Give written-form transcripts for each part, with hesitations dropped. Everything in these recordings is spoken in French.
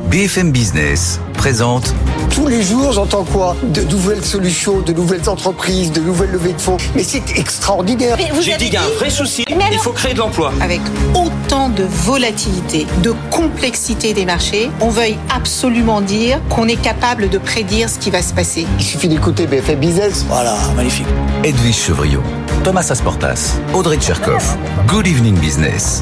BFM Business présente. Tous les jours, j'entends quoi ? De nouvelles solutions, de nouvelles entreprises, de nouvelles levées de fonds. Mais c'est extraordinaire. J'ai dit qu'il y a un vrai souci, il faut créer de l'emploi. Avec autant de volatilité, de complexité des marchés, on veuille absolument dire qu'on est capable de prédire ce qui va se passer. Il suffit d'écouter BFM Business. Voilà, magnifique. Edwige Chevrillon, Thomas Asportas, Audrey Tcherkov. Good evening business.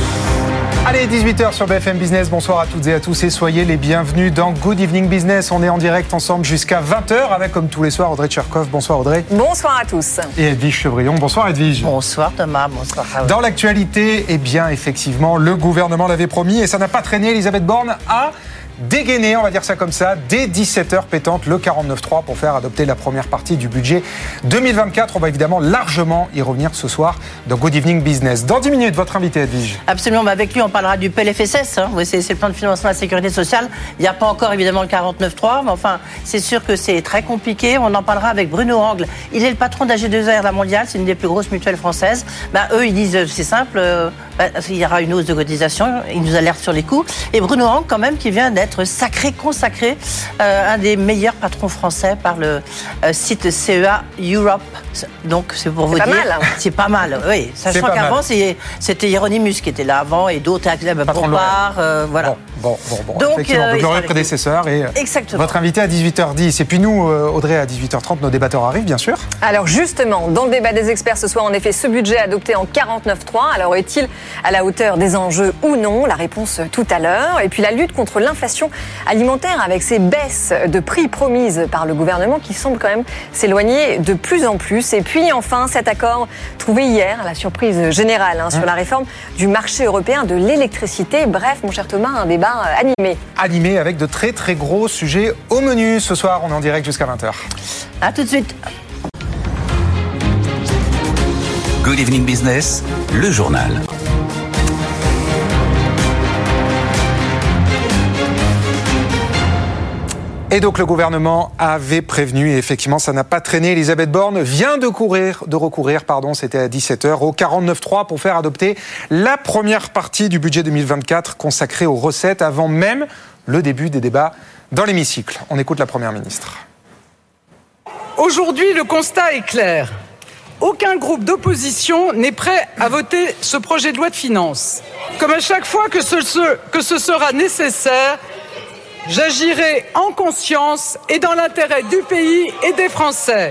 Allez, 18h sur BFM Business, bonsoir à toutes et à tous et soyez les bienvenus dans Good Evening Business. On est en direct ensemble jusqu'à 20h avec, comme tous les soirs, Audrey Tcherkov. Bonsoir Audrey. Bonsoir à tous. Et Edwige Chevrillon. Bonsoir Edwige. Bonsoir Thomas, bonsoir. Dans l'actualité, eh bien effectivement, le gouvernement l'avait promis et ça n'a pas traîné. Elisabeth Borne a dégainé, on va dire ça comme ça, dès 17h pétante le 49.3 pour faire adopter la première partie du budget 2024. On va évidemment largement y revenir ce soir dans Good Evening Business. Dans 10 minutes, votre invité Edwige. Absolument, mais avec lui on parlera du PLFSS, c'est le plan de financement de la sécurité sociale. Il n'y a pas encore évidemment le 49.3, mais enfin c'est sûr que c'est très compliqué. On en parlera avec Bruno Angle. Il est le patron d'AG2R La Mondiale, c'est une des plus grosses mutuelles françaises. Eux ils disent c'est simple, il y aura une hausse de cotisation, ils nous alertent sur les coûts. Et Bruno Angle quand même qui vient d'être consacré un des meilleurs patrons français par le site CEA Europe. Donc c'est pour vous dire, c'est pas mal. Oui, sachant qu'avant c'était Hieronymus qui était là avant et d'autres Bompard, voilà. Bon. Donc vous l'aurez prédécesseur et exactement. Votre invité à 18h10 et puis nous Audrey à 18h30 nos débatteurs arrivent bien sûr. Alors justement, dans le débat des experts ce soir, en effet, ce budget adopté en 49.3, alors est-il à la hauteur des enjeux ou non ? La réponse tout à l'heure. Et puis la lutte contre l'inflation alimentaire avec ces baisses de prix promises par le gouvernement qui semblent quand même s'éloigner de plus en plus. Et puis enfin cet accord trouvé hier, à la surprise générale, sur la réforme du marché européen de l'électricité. Bref, mon cher Thomas, un débat animé. Animé avec de très très gros sujets au menu. Ce soir, on est en direct jusqu'à 20h. À tout de suite. Good evening business, le journal. Et donc le gouvernement avait prévenu et effectivement ça n'a pas traîné. Elisabeth Borne vient de recourir, c'était à 17h, au 49.3 pour faire adopter la première partie du budget 2024 consacrée aux recettes avant même le début des débats dans l'hémicycle. On écoute la Première ministre. Aujourd'hui, le constat est clair. Aucun groupe d'opposition n'est prêt à voter ce projet de loi de finances. Comme à chaque fois que ce sera nécessaire, j'agirai en conscience et dans l'intérêt du pays et des Français.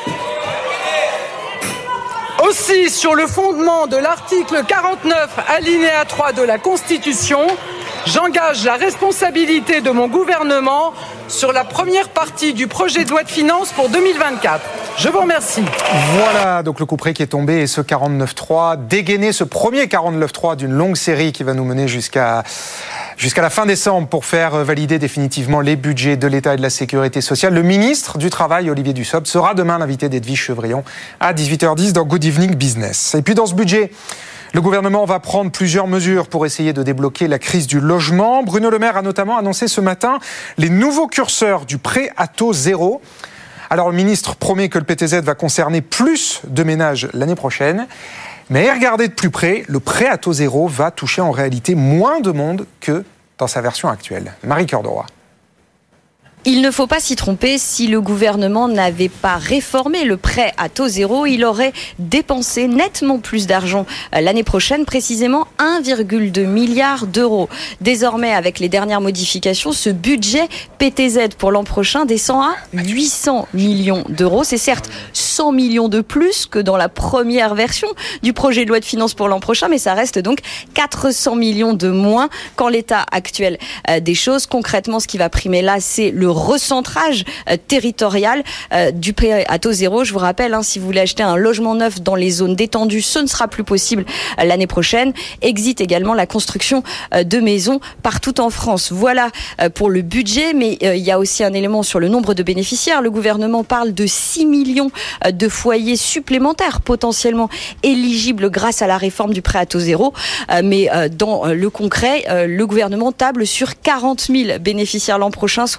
Aussi, sur le fondement de l'article 49, alinéa 3 de la Constitution, j'engage la responsabilité de mon gouvernement sur la première partie du projet de loi de finances pour 2024. Je vous remercie. Voilà, donc le couperet qui est tombé et ce 49.3 dégainé, ce premier 49.3 d'une longue série qui va nous mener jusqu'à la fin décembre pour faire valider définitivement les budgets de l'État et de la Sécurité sociale. Le ministre du Travail, Olivier Dussopt, sera demain l'invité d'Edwige Chevrillon à 18h10 dans Good Evening Business. Et puis dans ce budget, le gouvernement va prendre plusieurs mesures pour essayer de débloquer la crise du logement. Bruno Le Maire a notamment annoncé ce matin les nouveaux curseurs du prêt à taux zéro. Alors le ministre promet que le PTZ va concerner plus de ménages l'année prochaine. Mais regardez de plus près, le prêt à taux zéro va toucher en réalité moins de monde que dans sa version actuelle. Marie Cœur de Roy. Il ne faut pas s'y tromper, si le gouvernement n'avait pas réformé le prêt à taux zéro, il aurait dépensé nettement plus d'argent l'année prochaine, précisément 1,2 milliard d'euros. Désormais, avec les dernières modifications, ce budget PTZ pour l'an prochain descend à 800 millions d'euros. C'est certes 100 millions de plus que dans la première version du projet de loi de finances pour l'an prochain, mais ça reste donc 400 millions de moins qu'en l'état actuel des choses. Concrètement, ce qui va primer là, c'est le recentrage territorial du prêt à taux zéro. Je vous rappelle, si vous voulez acheter un logement neuf dans les zones détendues, ce ne sera plus possible l'année prochaine. Exit également la construction de maisons partout en France. Voilà pour le budget, mais il y a aussi un élément sur le nombre de bénéficiaires. Le gouvernement parle de 6 millions de foyers supplémentaires potentiellement éligibles grâce à la réforme du prêt à taux zéro. Mais dans le concret, le gouvernement table sur 40 000 bénéficiaires l'an prochain, soit exactement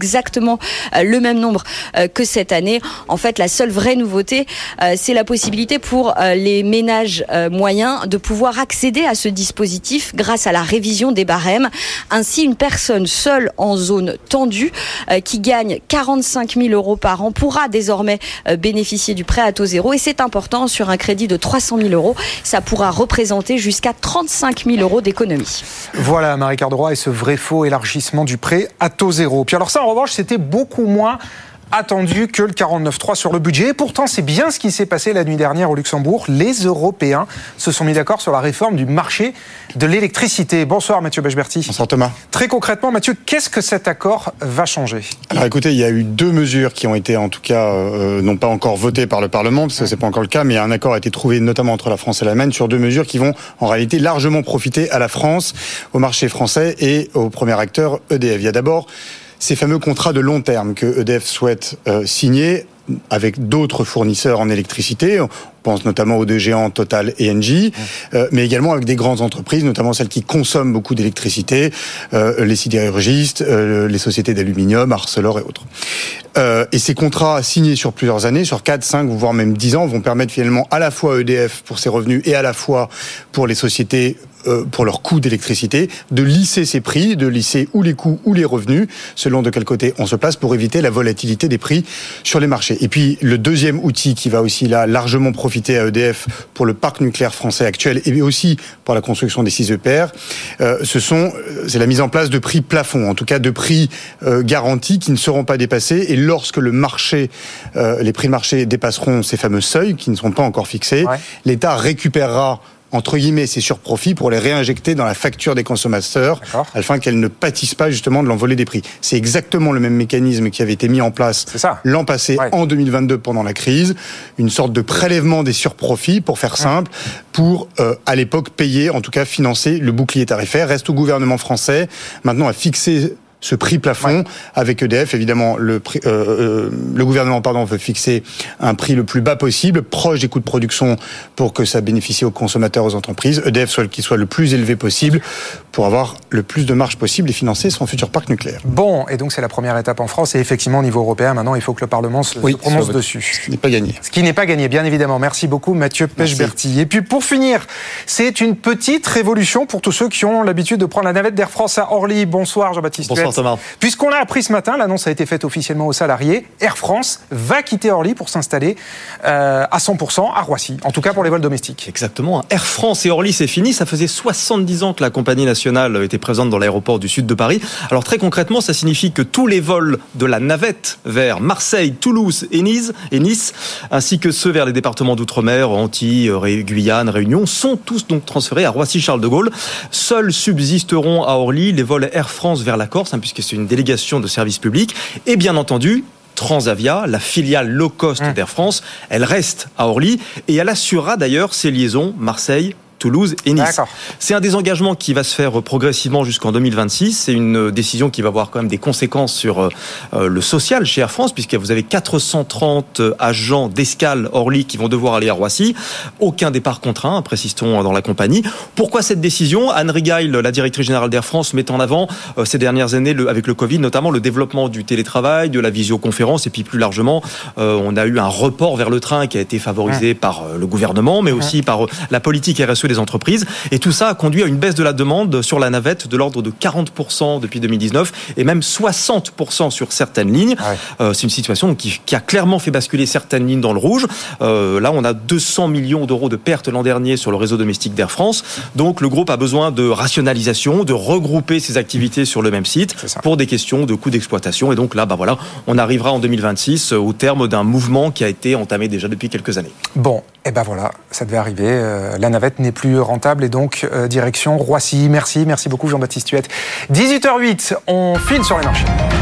exactement le même nombre que cette année. En fait, la seule vraie nouveauté, c'est la possibilité pour les ménages moyens de pouvoir accéder à ce dispositif grâce à la révision des barèmes. Ainsi, une personne seule en zone tendue qui gagne 45 000 € par an pourra désormais bénéficier du prêt à taux zéro. Et c'est important, sur un crédit de 300 000 €, ça pourra représenter jusqu'à 35 000 € d'économie. Voilà, Marie Cardroy, et ce vrai faux élargissement du prêt à taux zéro. Puis alors ça, en revanche, c'était beaucoup moins attendu que le 49.3 sur le budget. Et pourtant, c'est bien ce qui s'est passé la nuit dernière au Luxembourg. Les Européens se sont mis d'accord sur la réforme du marché de l'électricité. Bonsoir Mathieu Bechberti. Bonsoir Thomas. Très concrètement, Mathieu, qu'est-ce que cet accord va changer ? Alors écoutez, il y a eu 2 mesures qui ont été en tout cas non pas encore votées par le Parlement, parce que c'est pas encore le cas, mais un accord a été trouvé notamment entre la France et l'Allemagne sur 2 mesures qui vont en réalité largement profiter à la France, au marché français et au premier acteur EDF. Il y a d'abord ces fameux contrats de long terme que EDF souhaite signer avec d'autres fournisseurs en électricité. On pense notamment aux 2 géants Total et Engie, mais également avec des grandes entreprises, notamment celles qui consomment beaucoup d'électricité, les sidérurgistes, les sociétés d'aluminium, Arcelor et autres. Et ces contrats signés sur plusieurs années, sur 4, 5, voire même 10 ans, vont permettre finalement à la fois à EDF pour ses revenus et à la fois pour les sociétés pour leur coût d'électricité, de lisser ces prix, de lisser ou les coûts ou les revenus, selon de quel côté on se place, pour éviter la volatilité des prix sur les marchés. Et puis, le deuxième outil qui va aussi là largement profiter à EDF pour le parc nucléaire français actuel et aussi pour la construction des 6 EPR, c'est la mise en place de prix plafonds, en tout cas de prix garantis qui ne seront pas dépassés. Et lorsque le marché, les prix de marché dépasseront ces fameux seuils qui ne sont pas encore fixés, l'État récupérera entre guillemets ces surprofits pour les réinjecter dans la facture des consommateurs afin qu'elles ne pâtissent pas justement de l'envolée des prix. C'est exactement le même mécanisme qui avait été mis en place l'an passé en 2022 pendant la crise, une sorte de prélèvement des surprofits pour faire simple, pour à l'époque payer, en tout cas financer le bouclier tarifaire. Reste au gouvernement français maintenant à fixer ce prix plafond avec EDF. Évidemment, le gouvernement veut fixer un prix le plus bas possible, proche des coûts de production pour que ça bénéficie aux consommateurs, aux entreprises. EDF qu'il soit le plus élevé possible pour avoir le plus de marge possible et financer son futur parc nucléaire. Bon, et donc c'est la première étape en France et effectivement au niveau européen, maintenant il faut que le Parlement se prononce dessus. Ce qui n'est pas gagné. Ce qui n'est pas gagné, bien évidemment. Merci beaucoup Mathieu Bechberti. Et puis pour finir, c'est une petite révolution pour tous ceux qui ont l'habitude de prendre la navette d'Air France à Orly. Bonsoir Jean-Baptiste. Bonsoir Thomas. Puisqu'on l'a appris ce matin, l'annonce a été faite officiellement aux salariés, Air France va quitter Orly pour s'installer à 100% à Roissy, en tout cas pour les vols domestiques. Exactement. Air France et Orly, c'est fini. Ça faisait 70 ans que la compagnie nationale était présente dans l'aéroport du sud de Paris. Alors très concrètement, ça signifie que tous les vols de la navette vers Marseille, Toulouse et Nice, ainsi que ceux vers les départements d'outre-mer, Antilles, Guyane, Réunion, sont tous donc transférés à Roissy-Charles de Gaulle. Seuls subsisteront à Orly les vols Air France vers la Corse, puisque c'est une délégation de service public. Et bien entendu, Transavia, la filiale low cost d'Air France, elle reste à Orly et elle assurera d'ailleurs ses liaisons Marseille, Toulouse et Nice. D'accord. C'est un désengagement qui va se faire progressivement jusqu'en 2026. C'est une décision qui va avoir quand même des conséquences sur le social chez Air France, puisque vous avez 430 agents d'escale Orly qui vont devoir aller à Roissy. Aucun départ contraint, précise-t-on dans la compagnie. Pourquoi cette décision ? Anne Rigail, la directrice générale d'Air France, met en avant ces dernières années, avec le Covid, notamment le développement du télétravail, de la visioconférence, et puis plus largement, on a eu un report vers le train qui a été favorisé par le gouvernement, mais aussi par la politique RSE des entreprises. Et tout ça a conduit à une baisse de la demande sur la navette de l'ordre de 40% depuis 2019 et même 60% sur certaines lignes. C'est une situation qui a clairement fait basculer certaines lignes dans le rouge. Là, on a 200 millions d'euros de pertes l'an dernier sur le réseau domestique d'Air France. Donc, le groupe a besoin de rationalisation, de regrouper ses activités sur le même site pour des questions de coûts d'exploitation. Et donc là, on arrivera en 2026 au terme d'un mouvement qui a été entamé déjà depuis quelques années. Bon, et ben voilà, ça devait arriver. La navette n'est plus rentable et donc direction Roissy. Merci beaucoup Jean-Baptiste Huette. 18h08, on file sur les marchés.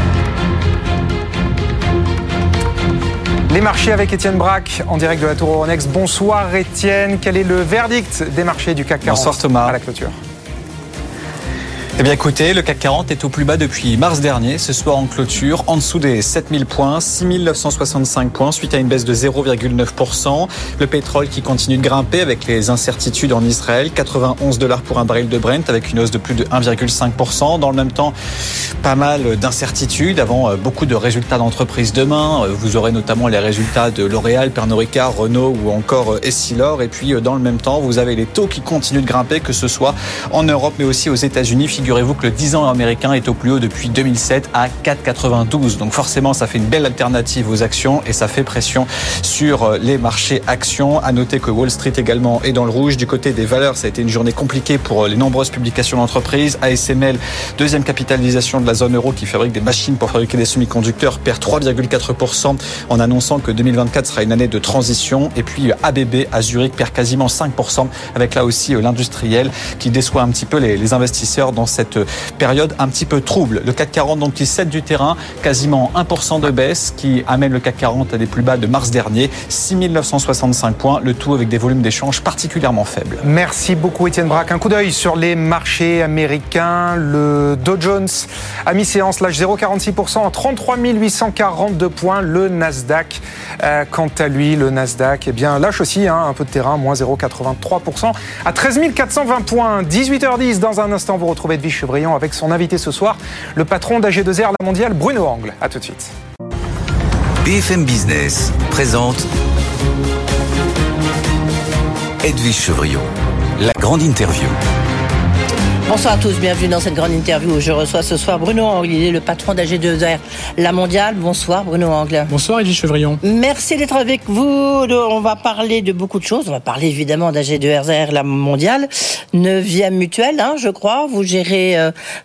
Les marchés avec Étienne Braque en direct de la Tour Euronext. Bonsoir Étienne, quel est le verdict des marchés du CAC 40 Bonsoir Thomas. À la clôture? Eh bien écoutez, le CAC 40 est au plus bas depuis mars dernier. Ce soir en clôture, en dessous des 7000 points, 6965 points suite à une baisse de 0,9%. Le pétrole qui continue de grimper avec les incertitudes en Israël, $91 pour un baril de Brent avec une hausse de plus de 1,5%. Dans le même temps, pas mal d'incertitudes avant beaucoup de résultats d'entreprises demain. Vous aurez notamment les résultats de L'Oréal, Pernod Ricard, Renault ou encore Essilor. Et puis dans le même temps, vous avez les taux qui continuent de grimper, que ce soit en Europe mais aussi aux États-Unis. Figurez-vous que le 10 ans américain est au plus haut depuis 2007 à 4,92. Donc forcément, ça fait une belle alternative aux actions et ça fait pression sur les marchés actions. À noter que Wall Street également est dans le rouge. Du côté des valeurs, ça a été une journée compliquée pour les nombreuses publications d'entreprises. ASML, deuxième capitalisation de la zone euro qui fabrique des machines pour fabriquer des semi-conducteurs, perd 3,4% en annonçant que 2024 sera une année de transition. Et puis ABB à Zurich perd quasiment 5% avec là aussi l'industriel qui déçoit un petit peu les investisseurs dans cette période un petit peu trouble. Le CAC 40 donc qui cède du terrain, quasiment 1% de baisse qui amène le CAC 40 à des plus bas de mars dernier, 6965 points, le tout avec des volumes d'échange particulièrement faibles. Merci beaucoup Étienne Braque. Un coup d'œil sur les marchés américains. Le Dow Jones à mi-séance lâche 0,46% à 33 842 points. Le Nasdaq, quant à lui, le Nasdaq lâche aussi un peu de terrain, moins 0,83% à 13 420 points. 18h10, dans un instant, vous retrouvez Edwige Chevrillon avec son invité ce soir, le patron d'AG2R La Mondiale, Bruno Angle. A tout de suite. BFM Business présente Edwige Chevrillon, la grande interview. Bonsoir à tous, bienvenue dans cette grande interview où je reçois ce soir Bruno Angle, il est le patron d'AG2R La Mondiale. Bonsoir Bruno Angle. Bonsoir Edwige Chevrillon. Merci d'être avec vous. On va parler de beaucoup de choses. On va parler évidemment d'AG2R La Mondiale, 9e mutuelle, je crois. Vous gérez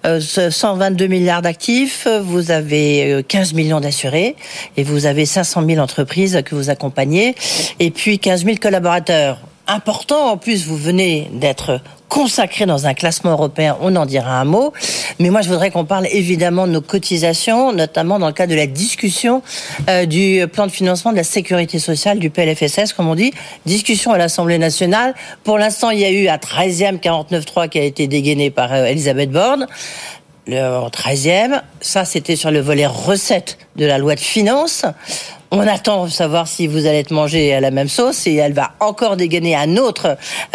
122 milliards d'actifs, vous avez 15 millions d'assurés et vous avez 500 000 entreprises que vous accompagnez et puis 15 000 collaborateurs. Important, en plus, vous venez d'être consacré dans un classement européen, on en dira un mot. Mais moi, je voudrais qu'on parle évidemment de nos cotisations, notamment dans le cadre de la discussion du plan de financement de la sécurité sociale, du PLFSS, comme on dit. Discussion à l'Assemblée nationale. Pour l'instant, il y a eu un 13e 49.3 qui a été dégainé par Elisabeth Borne. Le 13e, ça c'était sur le volet recettes de la loi de finances. On attend de savoir si vous allez être mangé à la même sauce et elle va encore dégainer un autre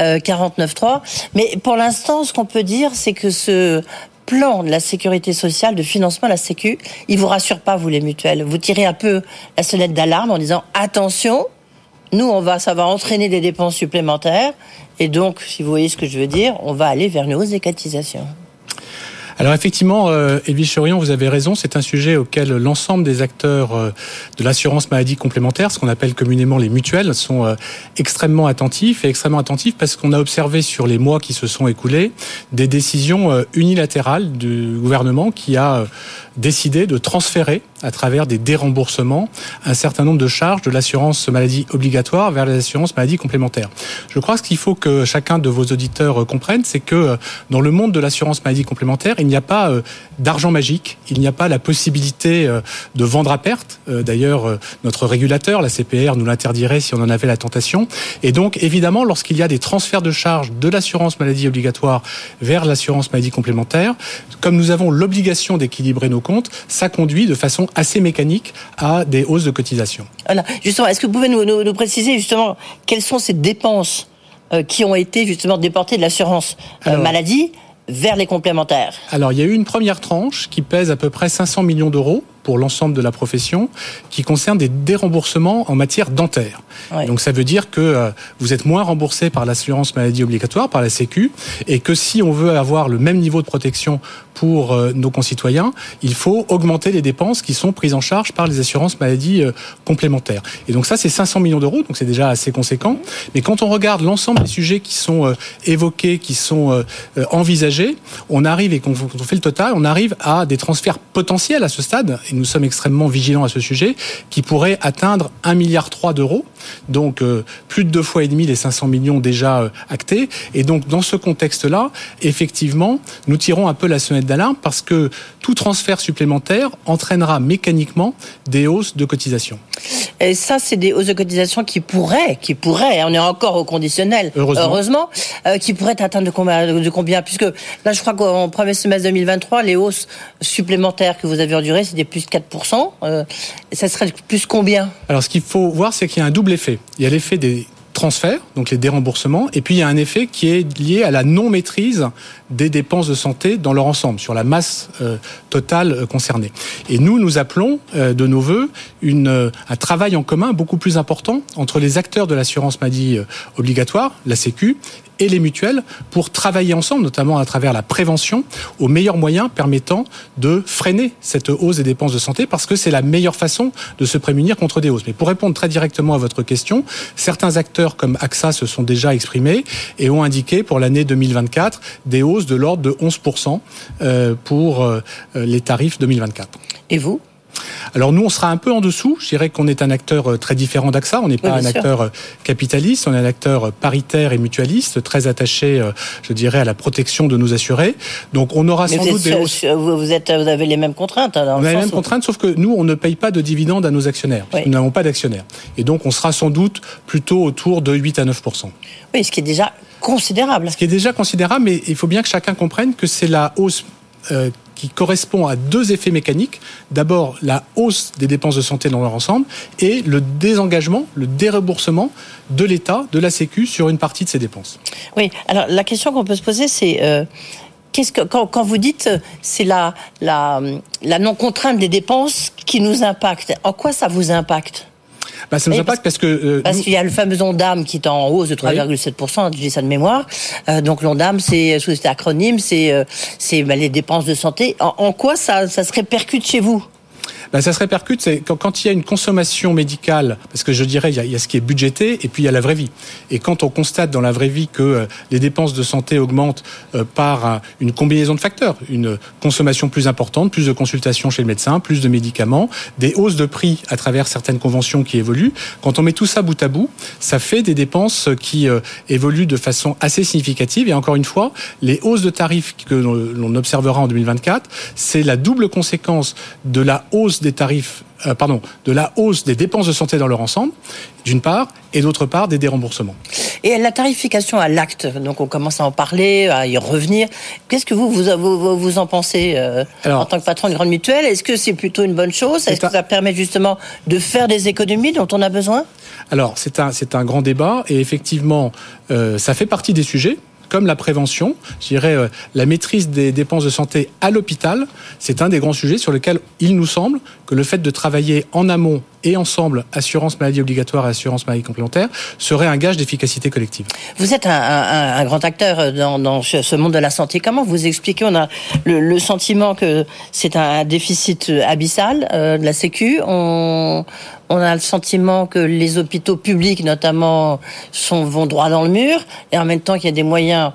49.3. Mais pour l'instant, ce qu'on peut dire, c'est que ce plan de la sécurité sociale, de financement de la Sécu, il vous rassure pas, vous les mutuelles. Vous tirez un peu la sonnette d'alarme en disant attention, nous ça va entraîner des dépenses supplémentaires et donc, si vous voyez ce que je veux dire, on va aller vers une hausse des cotisations. Alors effectivement, Edwige Chevrillon, vous avez raison, c'est un sujet auquel l'ensemble des acteurs de l'assurance maladie complémentaire, ce qu'on appelle communément les mutuelles, sont extrêmement attentifs parce qu'on a observé sur les mois qui se sont écoulés des décisions unilatérales du gouvernement qui a décidé de transférer à travers des déremboursements un certain nombre de charges de l'assurance maladie obligatoire vers les assurances maladie complémentaires. Je crois que ce qu'il faut que chacun de vos auditeurs comprenne, c'est que dans le monde de l'assurance maladie complémentaire, il n'y a pas d'argent magique, il n'y a pas la possibilité de vendre à perte. D'ailleurs, notre régulateur, la CPR, nous l'interdirait si on en avait la tentation. Et donc, évidemment, lorsqu'il y a des transferts de charges de l'assurance maladie obligatoire vers l'assurance maladie complémentaire, comme nous avons l'obligation d'équilibrer nos comptes, ça conduit de façon assez mécanique à des hausses de cotisations. Voilà. Justement, est-ce que vous pouvez nous préciser justement quelles sont ces dépenses qui ont été justement déportées de l'assurance maladie vers les complémentaires? Alors, il y a eu une première tranche qui pèse à peu près 500 millions d'euros pour l'ensemble de la profession, qui concerne des déremboursements en matière dentaire. Ouais. Donc ça veut dire que vous êtes moins remboursé par l'assurance maladie obligatoire, par la Sécu, et que si on veut avoir le même niveau de protection pour nos concitoyens, il faut augmenter les dépenses qui sont prises en charge par les assurances maladie complémentaires. Et donc ça, c'est 500 millions d'euros, donc c'est déjà assez conséquent. Mais quand on regarde l'ensemble des sujets qui sont évoqués, qui sont envisagés, on arrive, et quand on fait le total, on arrive à des transferts potentiels à ce stade, et nous sommes extrêmement vigilants à ce sujet, qui pourraient atteindre 1,3 milliard d'euros, donc plus de 2 fois et demi les 500 millions déjà actés. Et donc dans ce contexte-là, effectivement, nous tirons un peu la sonnette sonnette d'alarme parce que tout transfert supplémentaire entraînera mécaniquement des hausses de cotisations. Et ça, c'est des hausses de cotisations qui pourraient, on est encore au conditionnel, heureusement, qui pourraient atteindre de combien, puisque là, je crois qu'en premier semestre 2023, les hausses supplémentaires que vous avez endurées, c'était plus de 4%. Ça serait plus combien ? Alors, ce qu'il faut voir, c'est qu'il y a un double effet. Il y a l'effet des transferts, donc les déremboursements, et puis il y a un effet qui est lié à la non-maîtrise des dépenses de santé dans leur ensemble, sur la masse totale concernée. Et nous appelons de nos vœux un travail en commun beaucoup plus important entre les acteurs de l'assurance maladie obligatoire, la Sécu, et les mutuelles pour travailler ensemble, notamment à travers la prévention, aux meilleurs moyens permettant de freiner cette hausse des dépenses de santé, parce que c'est la meilleure façon de se prémunir contre des hausses. Mais pour répondre très directement à votre question, certains acteurs comme AXA se sont déjà exprimés et ont indiqué pour l'année 2024 des hausses de l'ordre de 11% pour les tarifs 2024. Et vous ? Alors nous, on sera un peu en dessous. Je dirais qu'on est un acteur très différent d'AXA. On n'est pas un acteur capitaliste, on est un acteur paritaire et mutualiste, très attaché, je dirais, à la protection de nos assurés. Donc on aura sans doute des hausses. Vous avez les mêmes contraintes. On a les mêmes contraintes, sauf que nous, on ne paye pas de dividendes à nos actionnaires. Nous n'avons pas d'actionnaires. Et donc on sera sans doute plutôt autour de 8 à 9%. Oui, ce qui est déjà considérable. Ce qui est déjà considérable, mais il faut bien que chacun comprenne que c'est la hausse qui correspond à deux effets mécaniques. D'abord, la hausse des dépenses de santé dans leur ensemble et le désengagement, le déremboursement de l'État, de la Sécu sur une partie de ces dépenses. Oui, alors la question qu'on peut se poser, c'est quand vous dites c'est la non-contrainte des dépenses qui nous impacte, en quoi ça vous impacte ? Ça nous impacte parce qu'il y a le fameux ONDAM qui est en hausse de 3,7%, je dis ça de mémoire. Donc l'ONDAM, c'est sous cet acronyme, c'est les dépenses de santé. En quoi ça se répercute chez vous ? Ça se répercute, c'est quand il y a une consommation médicale, parce que je dirais, il y a ce qui est budgété, et puis il y a la vraie vie. Et quand on constate dans la vraie vie que les dépenses de santé augmentent par une combinaison de facteurs, une consommation plus importante, plus de consultations chez le médecin, plus de médicaments, des hausses de prix à travers certaines conventions qui évoluent, quand on met tout ça bout à bout, ça fait des dépenses qui évoluent de façon assez significative. Et encore une fois, les hausses de tarifs que l'on observera en 2024, c'est la double conséquence de la hausse des tarifs, de la hausse des dépenses de santé dans leur ensemble, d'une part, et d'autre part, des déremboursements. Et la tarification à l'acte, donc on commence à en parler, à y revenir. Qu'est-ce que vous en pensez en tant que patron de grande mutuelle ? Est-ce que c'est plutôt une bonne chose ? Est-ce que ça permet justement de faire des économies dont on a besoin ? Alors, c'est un grand débat, et effectivement, ça fait partie des sujets. Comme la prévention, je dirais la maîtrise des dépenses de santé à l'hôpital, c'est un des grands sujets sur lesquels il nous semble que le fait de travailler en amont et ensemble, assurance maladie obligatoire et assurance maladie complémentaire, serait un gage d'efficacité collective. Vous êtes un grand acteur dans ce monde de la santé. Comment vous expliquez ? On a le sentiment que c'est un déficit abyssal de la Sécu. On a le sentiment que les hôpitaux publics, notamment, vont droit dans le mur, et en même temps qu'il y a des moyens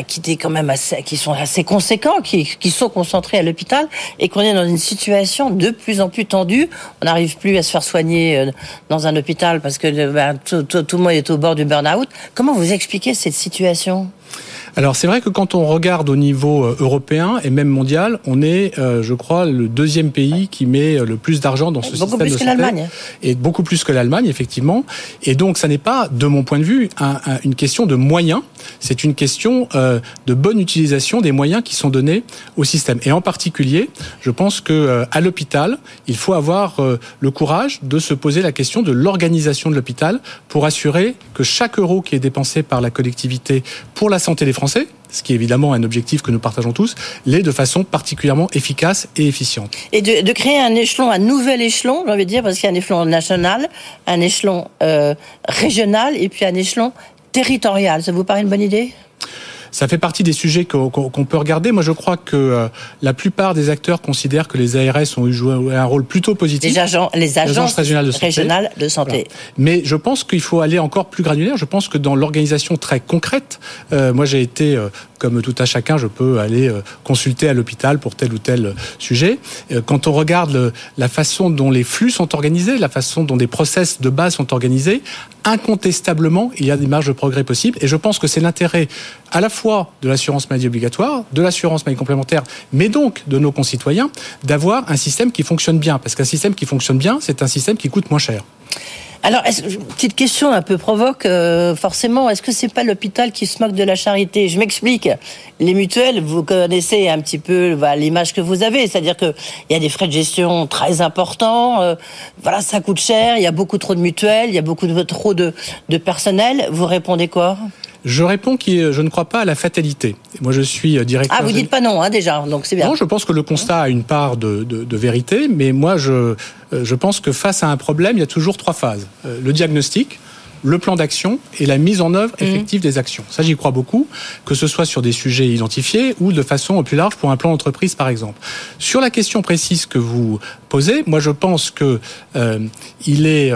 qui sont assez conséquents, qui sont concentrés à l'hôpital, et qu'on est dans une situation de plus en plus tendue. On n'arrive plus à se faire soigner dans un hôpital parce que tout le monde est au bord du burn-out. Comment vous expliquez cette situation ? Alors c'est vrai que quand on regarde au niveau européen et même mondial, on est, je crois, le deuxième pays qui met le plus d'argent dans ce système de santé. Beaucoup plus que l'Allemagne. Et beaucoup plus que l'Allemagne, effectivement. Et donc ça n'est pas, de mon point de vue, une question de moyens. C'est une question de bonne utilisation des moyens qui sont donnés au système. Et en particulier, je pense que à l'hôpital, il faut avoir le courage de se poser la question de l'organisation de l'hôpital pour assurer que chaque euro qui est dépensé par la collectivité pour la santé des Français, ce qui est évidemment un objectif que nous partageons tous, l'est de façon particulièrement efficace et efficiente. Et de créer un nouvel échelon, j'ai envie de dire, parce qu'il y a un échelon national, un échelon régional et puis un échelon territorial. Ça vous paraît une bonne idée ? Ça fait partie des sujets qu'on peut regarder. Moi, je crois que la plupart des acteurs considèrent que les ARS ont joué un rôle plutôt positif. Les agences régionales de santé. Voilà. Mais je pense qu'il faut aller encore plus granulaire. Je pense que dans l'organisation très concrète, moi j'ai été, comme tout à chacun, je peux aller consulter à l'hôpital pour tel ou tel sujet. Quand on regarde la façon dont les flux sont organisés, la façon dont des process de base sont organisés, incontestablement, il y a des marges de progrès possibles. Et je pense que c'est l'intérêt à la fois de l'assurance maladie obligatoire, de l'assurance maladie complémentaire, mais donc de nos concitoyens, d'avoir un système qui fonctionne bien. Parce qu'un système qui fonctionne bien, c'est un système qui coûte moins cher. Alors, petite question un peu provoque, forcément, est-ce que c'est pas l'hôpital qui se moque de la charité ? Je m'explique. Les mutuelles, vous connaissez un petit peu l'image que vous avez, c'est-à-dire qu'il y a des frais de gestion très importants, ça coûte cher, il y a beaucoup trop de mutuelles, il y a beaucoup trop de personnel. Vous répondez quoi ? Je réponds que je ne crois pas à la fatalité. Moi, je suis directeur... Ah, vous dites pas non, déjà, donc c'est bien. Non, je pense que le constat a une part de vérité, mais moi, je pense que face à un problème, il y a toujours 3 phases. Le diagnostic, le plan d'action et la mise en œuvre effective des actions. Ça, j'y crois beaucoup, que ce soit sur des sujets identifiés ou de façon plus large pour un plan d'entreprise, par exemple. Sur la question précise que vous posez, moi, je pense que il est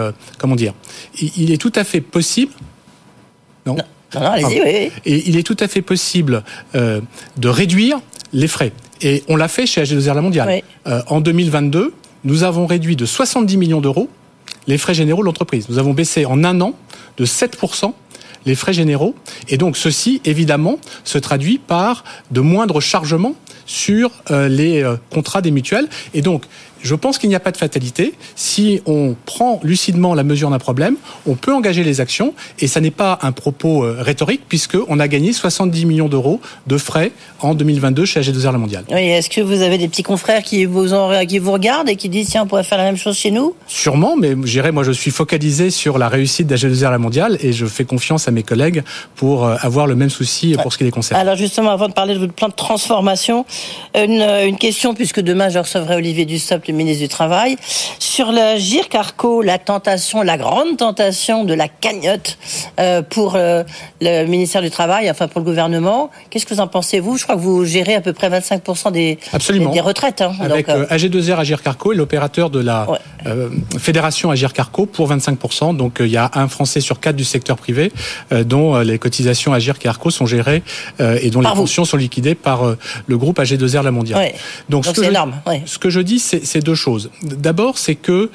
tout à fait possible... Non. Non, allez-y, oui. Et il est tout à fait possible de réduire les frais. Et on l'a fait chez AG2R La Mondiale. Oui. En 2022, nous avons réduit de 70 millions d'euros les frais généraux de l'entreprise. Nous avons baissé en un an de 7% les frais généraux. Et donc, ceci, évidemment, se traduit par de moindres chargements sur les contrats des mutuelles. Et donc, je pense qu'il n'y a pas de fatalité. Si on prend lucidement la mesure d'un problème, on peut engager les actions. Et ça n'est pas un propos rhétorique, puisqu'on a gagné 70 millions d'euros de frais en 2022 chez AG2R La Mondiale. Oui, est-ce que vous avez des petits confrères qui vous regardent et qui disent, tiens, on pourrait faire la même chose chez nous ? Sûrement, mais je suis focalisé sur la réussite d'AG2R La Mondiale et je fais confiance à mes collègues pour avoir le même souci pour ce qui les concerne. Alors justement, avant de parler de votre plan de transformation, une question, puisque demain je recevrai Olivier Dussopt, le ministre du Travail, sur l'Agirc Arrco, la grande tentation de la cagnotte pour le ministère du Travail, enfin pour le gouvernement. Qu'est-ce que vous en pensez, vous ? Je crois que vous gérez à peu près 25% des retraites. Hein, avec AG2R Agirc Arrco et l'opérateur de la fédération Agirc Arrco pour 25%. Donc il y a un Français sur 4 du secteur privé dont les cotisations Agirc et Arrco sont gérées et dont les pensions sont liquidées par le groupe AG2R La Mondiale. Ouais. Donc c'est énorme. Ce que je dis, c'est 2 choses. D'abord, c'est que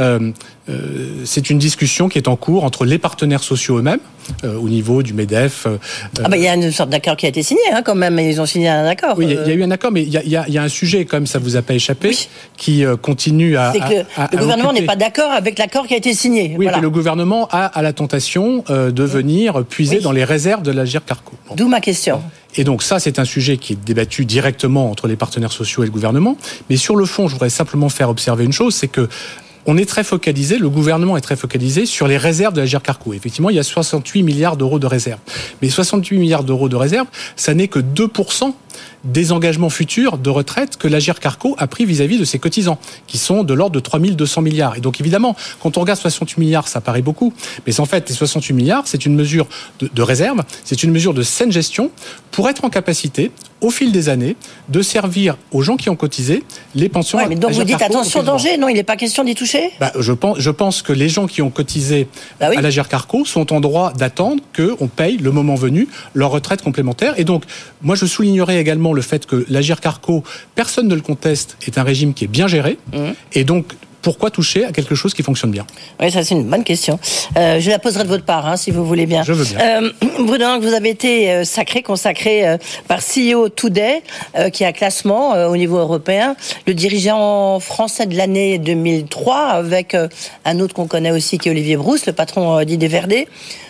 c'est une discussion qui est en cours entre les partenaires sociaux eux-mêmes, au niveau du MEDEF. Il y a une sorte d'accord qui a été signé, quand même. Ils ont signé un accord. Oui, il y a eu un accord, mais il y a un sujet, comme ça vous a pas échappé, qui continue à... C'est que le gouvernement n'est pas d'accord avec l'accord qui a été signé. Oui, mais le gouvernement a la tentation de venir puiser dans les réserves de l'Agirc Arrco. Bon. D'où ma question. Et donc ça, c'est un sujet qui est débattu directement entre les partenaires sociaux et le gouvernement. Mais sur le fond, je voudrais simplement faire observer une chose, c'est que on est très focalisé, le gouvernement est très focalisé sur les réserves de l'Agirc Arrco. Effectivement, il y a 68 milliards d'euros de réserves. Mais 68 milliards d'euros de réserves, ça n'est que 2% des engagements futurs de retraite que l'Agirc Arrco a pris vis-à-vis de ses cotisants, qui sont de l'ordre de 3200 milliards. Et donc évidemment, quand on regarde 68 milliards, ça paraît beaucoup, mais en fait, les 68 milliards, c'est une mesure de réserve, c'est une mesure de saine gestion pour être en capacité, au fil des années, de servir aux gens qui ont cotisé les pensions. Mais donc vous dites attention danger, non, il n'est pas question d'y toucher ? Je pense que les gens qui ont cotisé à l'Agirc Arrco sont en droit d'attendre qu'on paye, le moment venu, leur retraite complémentaire. Et donc, moi, je soulignerai également le fait que l'Agirc Arrco, personne ne le conteste, est un régime qui est bien géré. Et donc, pourquoi toucher à quelque chose qui fonctionne bien ? Oui, ça c'est une bonne question. Je la poserai de votre part, si vous voulez bien. Je veux bien. Bruno, vous avez été consacré par CEO Today, qui a un classement au niveau européen, le dirigeant français de l'année 2003, avec un autre qu'on connaît aussi, qui est Olivier Brousse, le patron d'Idées Verdé.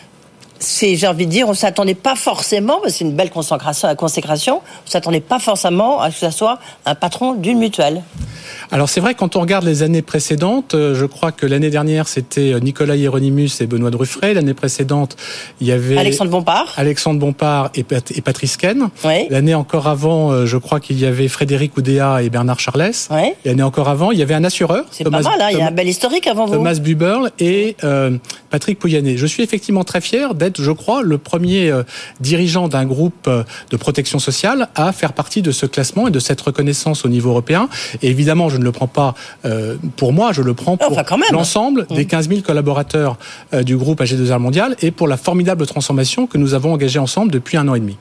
J'ai envie de dire, on ne s'attendait pas forcément, parce que c'est une belle consécration, on ne s'attendait pas forcément à ce que ça soit un patron d'une mutuelle. Alors c'est vrai, quand on regarde les années précédentes, je crois que l'année dernière, c'était Nicolas Hieronymus et Benoît Druffret. L'année précédente, il y avait Alexandre Bompard et Patrice Ken. Oui. L'année encore avant, je crois qu'il y avait Frédéric Oudéa et Bernard Charles. Oui. L'année encore avant, il y avait un assureur. C'est pas mal, il y a un bel historique avant vous. Thomas Buberl et Patrick Pouyanné. Je suis effectivement très fier d'être, je crois, le premier dirigeant d'un groupe de protection sociale à faire partie de ce classement et de cette reconnaissance au niveau européen. Et évidemment, je ne le prends pas pour moi, je le prends pour l'ensemble des 15 000 collaborateurs du groupe AG2R Mondial et pour la formidable transformation que nous avons engagée ensemble depuis 1 an et demi.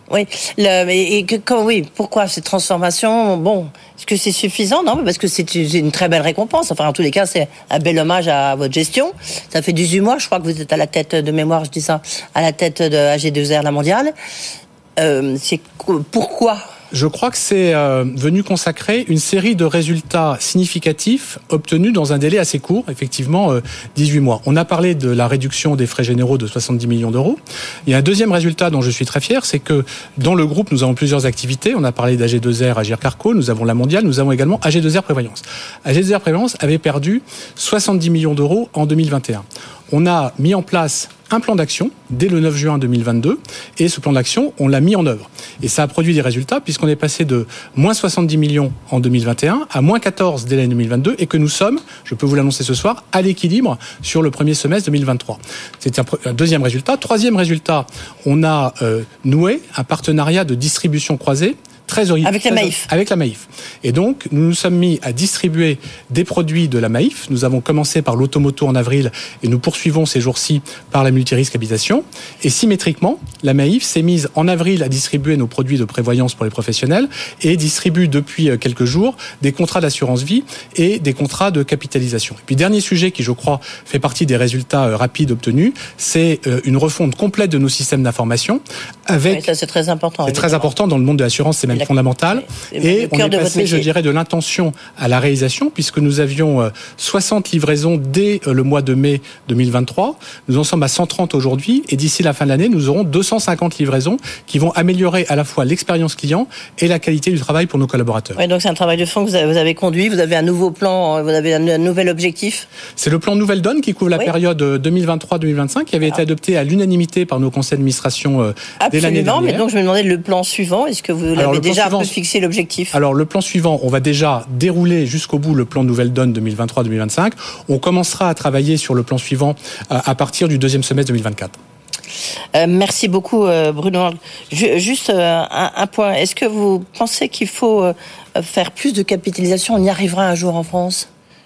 Oui, pourquoi cette transformation ? Bon, est-ce que c'est suffisant ? Non, parce que c'est une très belle récompense. Enfin, en tous les cas, c'est un bel hommage à votre gestion. Ça fait 18 mois, je crois que vous êtes à la tête de mémoire, je dis ça, à la tête de AG2R La Mondiale. Pourquoi ? Je crois que c'est venu consacrer une série de résultats significatifs obtenus dans un délai assez court, effectivement 18 mois. On a parlé de la réduction des frais généraux de 70 millions d'euros. Il y a un deuxième résultat dont je suis très fier, c'est que dans le groupe, nous avons plusieurs activités. On a parlé d'AG2R, Agir Carco, nous avons la Mondiale, nous avons également AG2R Prévoyance. AG2R Prévoyance avait perdu 70 millions d'euros en 2021. On a mis en place un plan d'action dès le 9 juin 2022 et ce plan d'action, on l'a mis en œuvre. Et ça a produit des résultats puisqu'on est passé de moins 70 millions en 2021 à moins 14 dès l'année 2022 et que nous sommes, je peux vous l'annoncer ce soir, à l'équilibre sur le premier semestre 2023. C'est un deuxième résultat. Troisième résultat, on a noué un partenariat de distribution croisée avec la Maïf. Avec la Maïf. Et donc, nous nous sommes mis à distribuer des produits de la Maïf. Nous avons commencé par l'automoto en avril et nous poursuivons ces jours-ci par la multirisque habitation. Et symétriquement, la Maïf s'est mise en avril à distribuer nos produits de prévoyance pour les professionnels et distribue depuis quelques jours des contrats d'assurance vie et des contrats de capitalisation. Et puis, dernier sujet qui, je crois, fait partie des résultats rapides obtenus, c'est une refonte complète de nos systèmes d'information avec... Oui, ça, c'est très important. C'est très important dans le monde de l'assurance, c'est même fondamental. Et on est passé, je dirais, de l'intention à la réalisation, puisque nous avions 60 livraisons dès le mois de mai 2023. Nous en sommes à 130 aujourd'hui, et d'ici la fin de l'année, nous aurons 250 livraisons qui vont améliorer à la fois l'expérience client et la qualité du travail pour nos collaborateurs. Oui, donc c'est un travail de fond que vous avez conduit. Vous avez un nouveau plan, vous avez un nouvel objectif. C'est le plan Nouvelle Donne qui couvre la période 2023-2025, qui avait été adopté à l'unanimité par nos conseils d'administration dès l'année dernière. Mais donc je me demandais le plan suivant. Est-ce que vous l'avez déjà un peu fixé l'objectif ? Alors le plan suivant, on va déjà dérouler jusqu'au bout le plan Nouvelle Donne 2023-2025. On commencera à travailler sur le plan suivant à partir du deuxième semestre 2024. Merci beaucoup Bruno. Juste un point. Est-ce que vous pensez qu'il faut faire plus de capitalisation ? On y arrivera un jour en France ?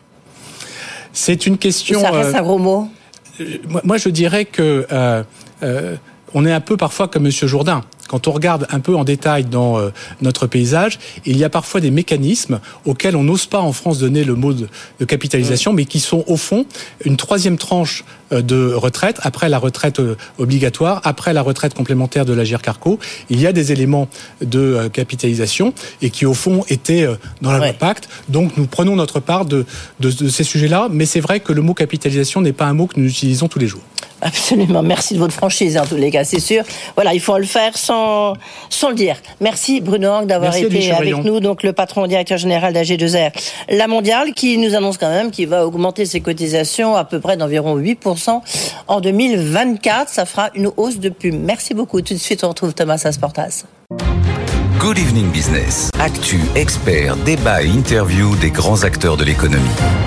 C'est une question... Ça reste un gros mot. Moi, je dirais que on est un peu parfois comme Monsieur Jourdain. Quand on regarde un peu en détail dans notre paysage, il y a parfois des mécanismes auxquels on n'ose pas en France donner le mot de capitalisation, mais qui sont au fond une troisième tranche de retraite, après la retraite obligatoire, après la retraite complémentaire de l'Agir Carco. Il y a des éléments de capitalisation et qui au fond étaient dans la loi Pacte. Donc nous prenons notre part de ces sujets-là, mais c'est vrai que le mot capitalisation n'est pas un mot que nous utilisons tous les jours. Absolument, merci de votre franchise en tous les cas, c'est sûr. Voilà, il faut le faire sans le dire. Merci Bruno Hang d'avoir été avec nous, donc le patron directeur général d'AG2R. La Mondiale qui nous annonce quand même qu'il va augmenter ses cotisations à peu près d'environ 8% en 2024. Ça fera une hausse de plus. Merci beaucoup. Tout de suite, on retrouve Thomas Asportas. Good Evening Business. Actu, experts, débat et interview des grands acteurs de l'économie.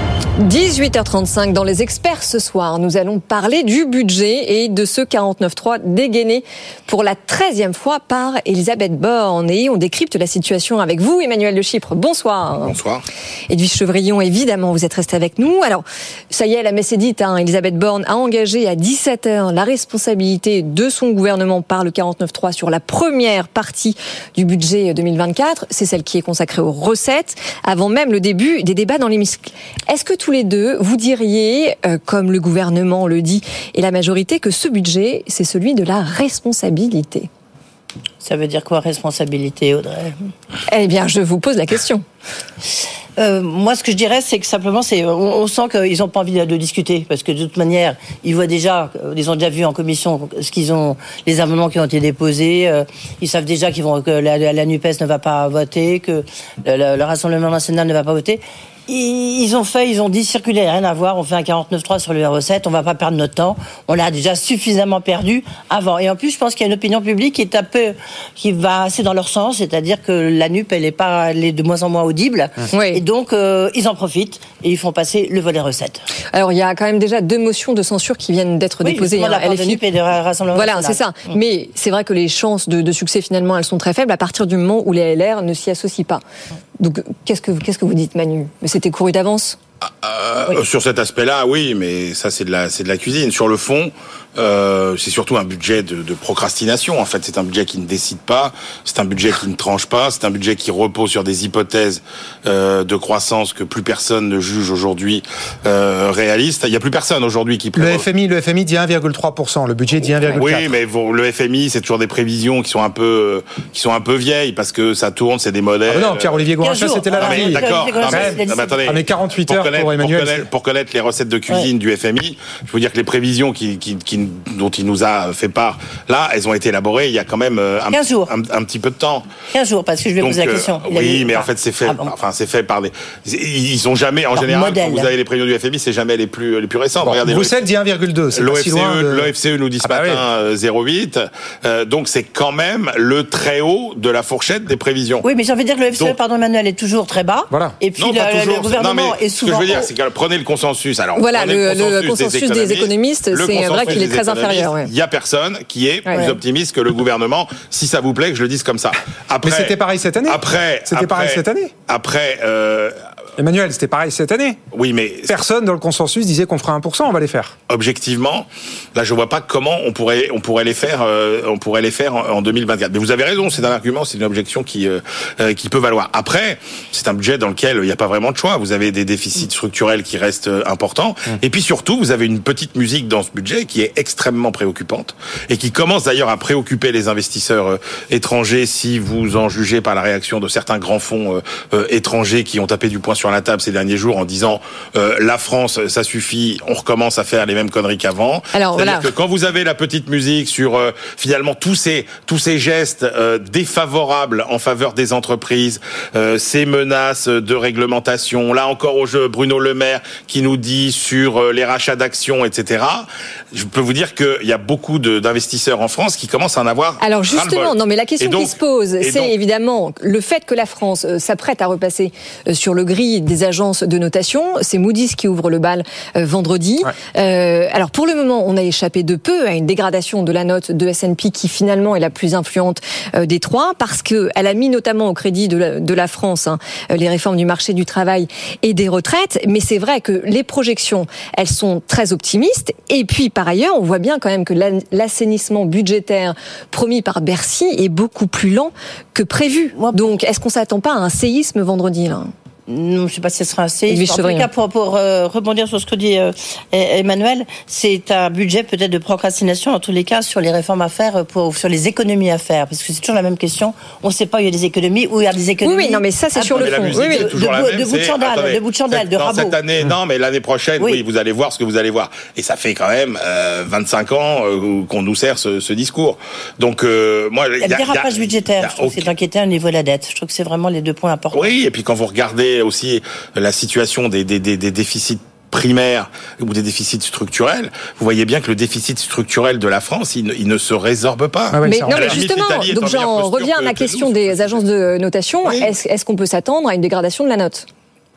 18h35 dans Les Experts ce soir, nous allons parler du budget et de ce 49.3 dégainé pour la 13e fois par Elisabeth Borne. Et on décrypte la situation avec vous, Emmanuel de Chypre. Bonsoir. Bonsoir. Edwige Chevrillon, évidemment, vous êtes resté avec nous. Alors, ça y est, la messe est dite, Elisabeth Borne a engagé à 17h la responsabilité de son gouvernement par le 49.3 sur la première partie du budget 2024. C'est celle qui est consacrée aux recettes, avant même le début des débats dans l'hémicycle. Est-ce que tous les deux, vous diriez, comme le gouvernement le dit et la majorité, que ce budget, c'est celui de la responsabilité ? Ça veut dire quoi, responsabilité, Audrey ? Eh bien, je vous pose la question. Moi, ce que je dirais, c'est que simplement, on sent qu'ils n'ont pas envie de discuter, parce que de toute manière, ils voient déjà, ils ont déjà vu en commission les amendements qui ont été déposés. Ils savent déjà que la NUPES ne va pas voter, que le Rassemblement national ne va pas voter. Ils ont dit circuler, rien à voir, on fait un 49.3 sur les recettes, on va pas perdre notre temps, on l'a déjà suffisamment perdu avant. Et en plus, je pense qu'il y a une opinion publique qui va assez dans leur sens, c'est-à-dire que la NUP, elle est de moins en moins audible. Oui. Et donc, ils en profitent et ils font passer le volet recettes. Alors, il y a quand même déjà 2 motions de censure qui viennent d'être déposées. De la part de NUP et de Rassemblement national. Voilà, c'est ça. Mais c'est vrai que les chances de succès, finalement, elles sont très faibles à partir du moment où les LR ne s'y associent pas. Donc, qu'est-ce que vous dites, Manu ? C'était couru d'avance ? Sur cet aspect-là, oui, mais ça c'est de la cuisine. Sur le fond, c'est surtout un budget de procrastination. En fait, c'est un budget qui ne décide pas, c'est un budget qui ne tranche pas, c'est un budget qui repose sur des hypothèses de croissance que plus personne ne juge aujourd'hui réalistes. Il n'y a plus personne aujourd'hui qui prévoit. Le FMI dit 1,3%, le budget dit 1,4%. Oui, mais le FMI, c'est toujours des prévisions qui sont un peu vieilles parce que ça tourne, c'est des modèles. Ah non, Pierre-Olivier Gourinchas, c'était la veille. D'accord. Attendez. Mais 48 heures pour Emmanuel. Pour connaître les recettes de cuisine du FMI, je veux dire que les prévisions dont il nous a fait part, là, elles ont été élaborées il y a quand même un petit peu de temps. 15 jours, parce que je vais poser la question. Oui, mais en fait, c'est fait. Enfin, c'est fait par des. Ils sont jamais, en général, quand vous avez les prévisions du FMI, c'est jamais les plus récentes. Bon, regardez, Bruxelles dit 1,2. C'est pas si loin de... L'OFCE nous dit ce matin 0,8. Donc c'est quand même le très haut de la fourchette des prévisions. Oui, mais j'ai envie de dire que l'OFCE, pardon Emmanuel, est toujours très bas. Voilà. Et puis le gouvernement est souvent. Ce que je veux dire, c'est que prenez le consensus. Alors, voilà, le consensus des économistes, c'est vrai qu'il est très inférieur. Il n'y a personne qui est plus optimiste que le gouvernement. Si ça vous plaît, que je le dise comme ça. Mais c'était pareil cette année. Emmanuel, c'était pareil cette année. Oui, mais personne dans le consensus disait qu'on ferait 1%, on va les faire. Objectivement, là, je vois pas comment on pourrait les faire en 2024. Mais vous avez raison, c'est un argument, c'est une objection qui peut valoir. Après, c'est un budget dans lequel il n'y a pas vraiment de choix. Vous avez des déficits structurels qui restent importants, et puis surtout, vous avez une petite musique dans ce budget qui est extrêmement préoccupante et qui commence d'ailleurs à préoccuper les investisseurs étrangers, si vous en jugez par la réaction de certains grands fonds étrangers qui ont tapé du poing sur la table ces derniers jours en disant la France, ça suffit, on recommence à faire les mêmes conneries qu'avant. C'est-à-dire que quand vous avez la petite musique sur finalement tous ces gestes défavorables en faveur des entreprises, ces menaces de réglementation, là encore au jeu Bruno Le Maire qui nous dit sur les rachats d'actions, etc. Je peux vous dire qu'il y a beaucoup d'investisseurs en France qui commencent à en avoir. Alors justement, non mais la question qui se pose, c'est évidemment le fait que la France s'apprête à repasser sur le gris des agences de notation. C'est Moody's qui ouvre le bal vendredi. Alors pour le moment, on a échappé de peu à une dégradation de la note de S&P qui finalement est la plus influente des trois, parce que elle a mis notamment au crédit de la France les réformes du marché du travail et des retraites. Mais c'est vrai que les projections, elles sont très optimistes. Et puis par ailleurs, on voit bien quand même que l'assainissement budgétaire promis par Bercy est beaucoup plus lent que prévu. Donc est-ce qu'on s'attend pas à un séisme vendredi là ? Non, je ne sais pas si ce sera un séisme. En tout cas, pour rebondir sur ce que dit Emmanuel, c'est un budget peut-être de procrastination, en tous les cas, sur les réformes à faire, sur les économies à faire. Parce que c'est toujours la même question. On ne sait pas où il y a des économies, où il y a des économies. Oui, non, mais ça, c'est sur le fond. De bout de chandelle, de rabot. Cette année, non, mais l'année prochaine, oui, vous allez voir ce que vous allez voir. Et ça fait quand même 25 ans qu'on nous sert ce discours. Donc, moi, il y a le dérapage budgétaire. Je trouve que c'est inquiétant au niveau de la dette. Je trouve que c'est vraiment les deux points importants. Oui, et puis quand vous regardez aussi la situation des déficits primaires ou des déficits structurels, vous voyez bien que le déficit structurel de la France, il ne se résorbe pas. Mais justement, donc j'en reviens à la question des agences de notation. Oui. Est-ce qu'on peut s'attendre à une dégradation de la note, Emmanuel ?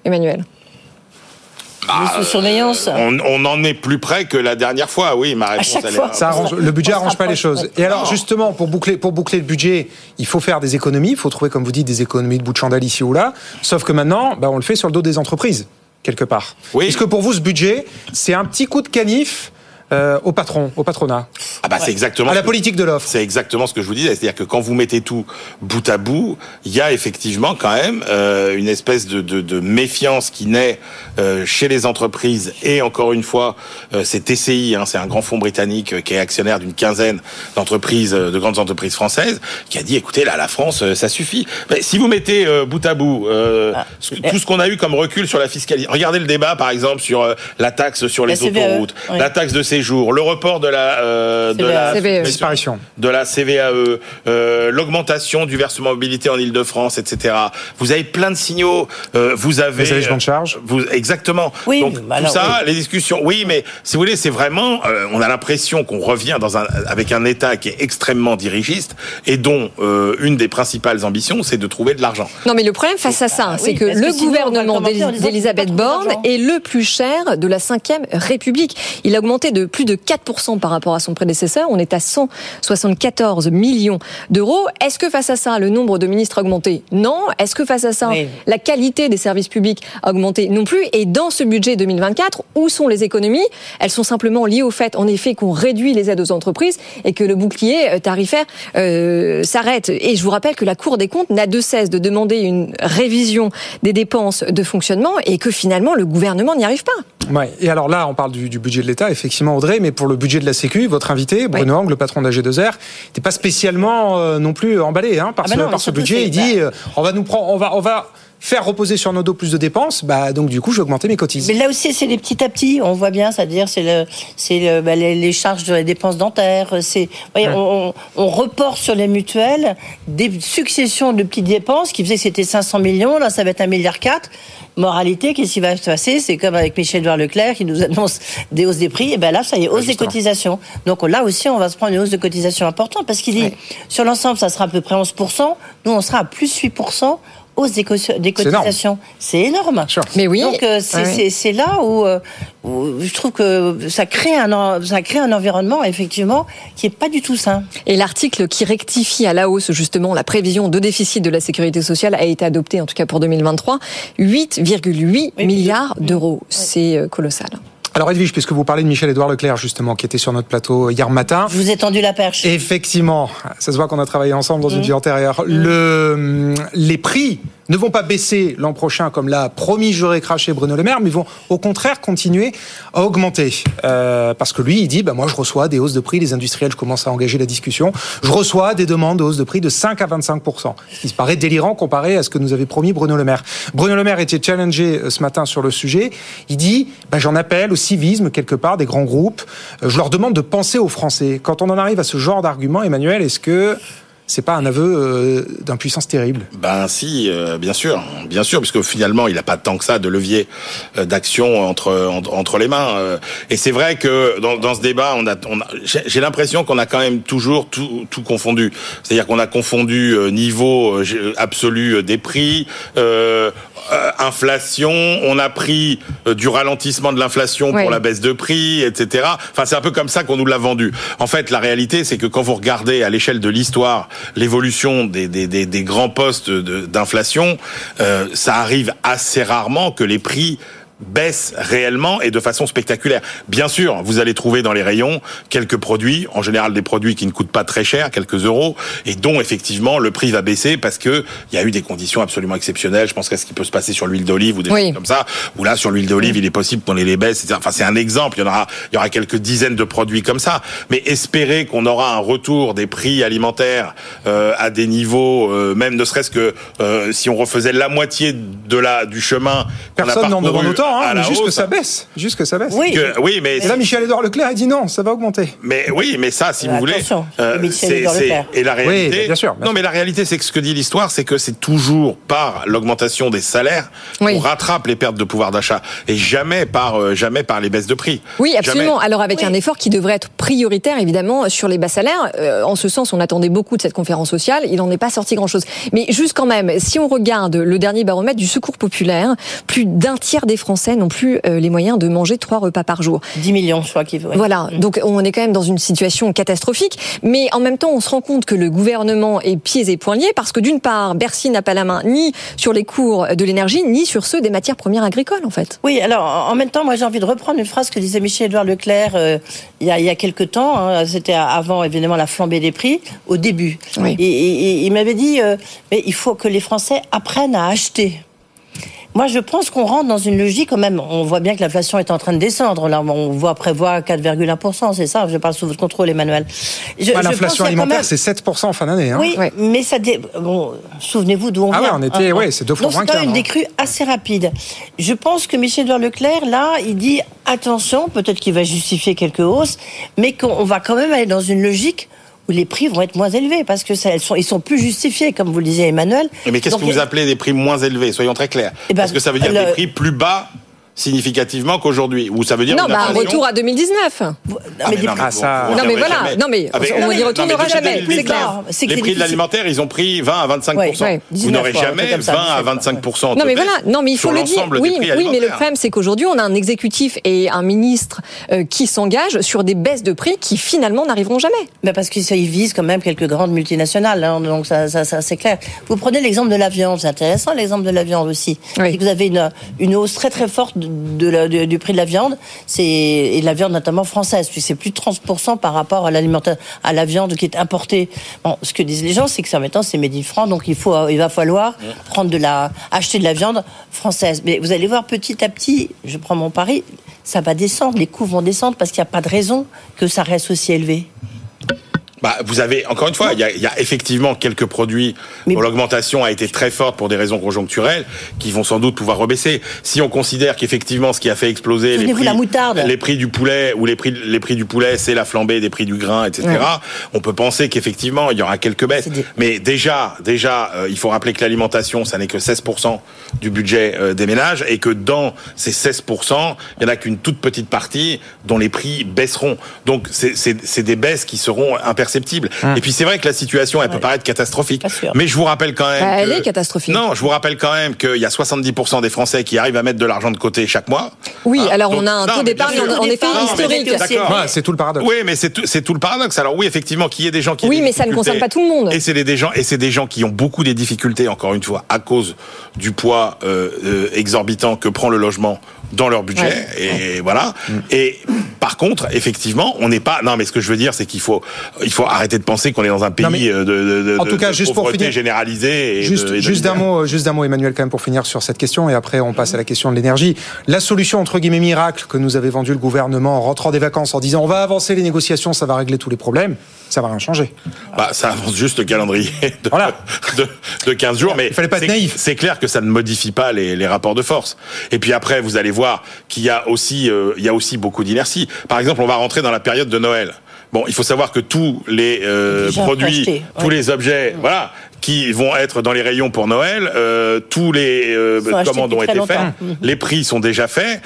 Sous surveillance. On en est plus près que la dernière fois, oui. Ma réponse, le budget arrange pas les choses. Et alors, justement, pour boucler le budget, il faut faire des économies. Il faut trouver, comme vous dites, des économies de bout de chandelle ici ou là. Sauf que maintenant, on le fait sur le dos des entreprises, quelque part. Oui. Est-ce que pour vous, ce budget, c'est un petit coup de canif au patronat? C'est exactement à la politique de l'offre. C'est exactement ce que je vous disais. C'est-à-dire que quand vous mettez tout bout à bout, il y a effectivement quand même une espèce de méfiance qui naît chez les entreprises. Et encore une fois, c'est TCI, c'est un grand fonds britannique qui est actionnaire d'une quinzaine d'entreprises, de grandes entreprises françaises, qui a dit écoutez, là, la France, ça suffit. Mais si vous mettez bout à bout tout ce qu'on a eu comme recul sur la fiscalité, regardez le débat par exemple sur la taxe sur les autoroutes, la taxe de séjour, le report de la disparition de la CVAE, l'augmentation du versement mobilité en Ile-de-France, etc. Vous avez plein de signaux. Vous avez les allégements de charges. Exactement. Oui, donc tout ça, les discussions. Oui, mais si vous voulez, c'est vraiment. On a l'impression qu'on revient avec un État qui est extrêmement dirigiste et dont une des principales ambitions, c'est de trouver de l'argent. Non, mais le problème face à ça, c'est que le gouvernement d'Elisabeth Borne est le plus cher de la Ve République. Il a augmenté de plus de 4% par rapport à son prédécesseur. On est à 174 millions d'euros. Est-ce que face à ça, le nombre de ministres a augmenté ? Non. Est-ce que face à ça, la qualité des services publics a augmenté ? Non plus. Et dans ce budget 2024, où sont les économies ? Elles sont simplement liées au fait, en effet, qu'on réduit les aides aux entreprises et que le bouclier tarifaire s'arrête. Et je vous rappelle que la Cour des comptes n'a de cesse de demander une révision des dépenses de fonctionnement et que finalement le gouvernement n'y arrive pas. Ouais. Et alors là, on parle du budget de l'État, effectivement, Audrey, mais pour le budget de la Sécu, votre invité, Bruno Angle, le patron d'AG2R, n'était pas spécialement non plus emballé par ce budget. Il dit on va faire reposer sur nos dos plus de dépenses, donc du coup je vais augmenter mes cotises. Mais là aussi c'est les petits à petits, on voit bien, c'est-à-dire les charges de les dépenses dentaires, on reporte sur les mutuelles des successions de petites dépenses qui faisaient que c'était 500 millions, là ça va être 1,4 milliard. Moralité, qu'est-ce qui va se passer ? C'est comme avec Michel-Édouard Leclerc qui nous annonce des hausses des prix, et là ça y est, hausse des cotisations. Donc là aussi on va se prendre une hausse de cotisation importante parce qu'il dit sur l'ensemble ça sera à peu près 11%, nous on sera à plus 8%. Hausse des cotisations, c'est énorme. Sure. Mais oui. Donc c'est là où je trouve que ça crée un environnement effectivement qui est pas du tout sain. Et l'article qui rectifie à la hausse justement la prévision de déficit de la sécurité sociale a été adopté en tout cas pour 2023, 8,8 milliards d'euros. C'est colossal. Alors Edwige, puisque vous parlez de Michel-Édouard Leclerc justement, qui était sur notre plateau hier matin. Je vous ai tendu la perche. Effectivement, ça se voit qu'on a travaillé ensemble dans une vie antérieure. Les prix ne vont pas baisser l'an prochain comme l'a promis, juré, craché Bruno Le Maire, mais vont au contraire continuer à augmenter. Parce que lui, il dit, moi je reçois des hausses de prix, les industriels, je commence à engager la discussion, je reçois des demandes de hausse de prix de 5 à 25%. Ce qui se paraît délirant comparé à ce que nous avait promis Bruno Le Maire. Bruno Le Maire était challengé ce matin sur le sujet. Il dit, j'en appelle au civisme quelque part des grands groupes. Je leur demande de penser aux Français. Quand on en arrive à ce genre d'argument, Emmanuel, est-ce que c'est pas un aveu d'impuissance terrible ? Si, bien sûr, puisque finalement il n'a pas tant que ça de levier d'action entre les mains. Et c'est vrai que dans ce débat, j'ai l'impression qu'on a quand même toujours tout confondu. C'est-à-dire qu'on a confondu niveau absolu des prix, inflation, on a pris du ralentissement de l'inflation pour la baisse de prix, etc. Enfin, c'est un peu comme ça qu'on nous l'a vendu. En fait, la réalité, c'est que quand vous regardez à l'échelle de l'histoire l'évolution des grands postes d'inflation, ça arrive assez rarement que les prix baisse réellement et de façon spectaculaire. Bien sûr, vous allez trouver dans les rayons quelques produits, en général des produits qui ne coûtent pas très cher, quelques euros, et dont effectivement le prix va baisser parce que il y a eu des conditions absolument exceptionnelles. Je pense qu'à ce qui peut se passer sur l'huile d'olive ou des choses comme ça, où là sur l'huile d'olive il est possible qu'on les baisse, etc. Enfin c'est un exemple, il y aura quelques dizaines de produits comme ça, mais espérer qu'on aura un retour des prix alimentaires à des niveaux, même ne serait-ce que si on refaisait la moitié du chemin qu'on a parcouru. Personne n'en demande autant. Juste que ça baisse. Oui, mais et là, Michel-Édouard Leclerc a dit non, ça va augmenter. Mais ça, si vous voulez, c'est et la réalité. Oui, bien sûr. Non, mais la réalité, c'est que ce que dit l'histoire, c'est que c'est toujours par l'augmentation des salaires qu'on rattrape les pertes de pouvoir d'achat, et jamais par les baisses de prix. Oui, absolument. Jamais. Alors avec un effort qui devrait être prioritaire, évidemment, sur les bas salaires. En ce sens, on attendait beaucoup de cette conférence sociale. Il n'en est pas sorti grand-chose. Mais juste quand même, si on regarde le dernier baromètre du Secours populaire, plus d'un tiers des Français n'ont plus les moyens de manger 3 repas par jour. 10 millions, je crois qu'il faut. Voilà, donc on est quand même dans une situation catastrophique, mais en même temps on se rend compte que le gouvernement est pieds et poings liés parce que d'une part, Bercy n'a pas la main ni sur les cours de l'énergie, ni sur ceux des matières premières agricoles en fait. Oui, alors en même temps, moi j'ai envie de reprendre une phrase que disait Michel-Édouard Leclerc il y a quelques temps, c'était avant évidemment la flambée des prix, au début. Oui. Et il m'avait dit, mais il faut que les Français apprennent à acheter. Moi, je pense qu'on rentre dans une logique quand même. On voit bien que l'inflation est en train de descendre. Là, on prévoit 4,1%, c'est ça. Je parle sous votre contrôle, Emmanuel. L'inflation alimentaire, c'est 7% en fin d'année. Oui, mais ça. Souvenez-vous d'où on vient. On était, c'est 2 fois moins qu'un. C'est une décrue assez rapide. Je pense que Michel-Édouard Leclerc, là, il dit attention. Peut-être qu'il va justifier quelques hausses, mais qu'on va quand même aller dans une logique où les prix vont être moins élevés parce que ils sont plus justifiés, comme vous le disiez, Emmanuel. Mais qu'est-ce que vous appelez des prix moins élevés ? Soyons très clairs. Parce que ça veut dire des prix plus bas significativement qu'aujourd'hui. Ou ça veut dire un retour à 2019. Non mais voilà. Non mais on n'y retournera jamais. C'est clair. Les prix de l'alimentaire, ils ont pris 20 à 25%. Vous n'aurez jamais 20 à 25%. Non mais voilà. Non mais il faut le dire. Oui, mais le problème c'est qu'aujourd'hui on a un exécutif et un ministre qui s'engagent sur des baisses de prix qui finalement n'arriveront jamais. Mais parce qu'ils visent quand même quelques grandes multinationales. Donc ça c'est clair. Vous prenez l'exemple de la viande. C'est intéressant l'exemple de la viande aussi. Oui. Vous avez une hausse très très forte du prix de la viande, et de la viande notamment française, puis c'est plus de 30% par rapport à la viande qui est importée. Bon, ce que disent les gens, c'est que ça maintenant c'est made in France, donc il va falloir acheter de la viande française. Mais vous allez voir petit à petit, je prends mon pari, ça va descendre, les coûts vont descendre parce qu'il n'y a pas de raison que ça reste aussi élevé. Vous avez, encore une fois, il y a effectivement quelques produits dont l'augmentation a été très forte pour des raisons conjoncturelles qui vont sans doute pouvoir rebaisser. Si on considère qu'effectivement, ce qui a fait exploser les prix du poulet ou les prix du poulet, c'est la flambée des prix du grain, etc. Ouais. On peut penser qu'effectivement, il y aura quelques baisses. Mais déjà, il faut rappeler que l'alimentation, ça n'est que 16% du budget des ménages et que dans ces 16%, il y en a qu'une toute petite partie dont les prix baisseront. Donc, c'est des baisses qui seront imperceptibles. Et puis c'est vrai que la situation, elle peut paraître catastrophique. Mais je vous rappelle quand même elle est catastrophique. Non, je vous rappelle quand même qu'il y a 70% des Français qui arrivent à mettre de l'argent de côté chaque mois. Oui, alors on a un taux d'épargne en effet historique. C'est tout le paradoxe. Oui, mais c'est tout le paradoxe. Alors oui, effectivement, qu'il y ait des gens qui... Oui, mais ça ne concerne pas tout le monde. Et c'est des gens qui ont beaucoup des difficultés, encore une fois, à cause du poids exorbitant que prend le logement dans leur budget. Ouais. Et voilà. Et par contre, effectivement, on n'est pas... Non, mais ce que je veux dire, c'est qu'il faut arrêter de penser qu'on est dans un pays de pauvreté généralisée. Juste d'un mot, Emmanuel, quand même, pour finir sur cette question, et après on passe à la question de l'énergie. La solution, entre guillemets, miracle que nous avait vendue le gouvernement en rentrant des vacances en disant on va avancer les négociations, ça va régler tous les problèmes, ça va rien changer. Ça avance juste le calendrier de 15 jours, mais il fallait pas être naïf. C'est clair que ça ne modifie pas les rapports de force. Et puis après, vous allez voir qu'il y a aussi beaucoup d'inertie. Par exemple, on va rentrer dans la période de Noël. Bon, il faut savoir que tous les produits, tous les objets, qui vont être dans les rayons pour Noël, tous les commandes ont été faites, les prix sont déjà faits,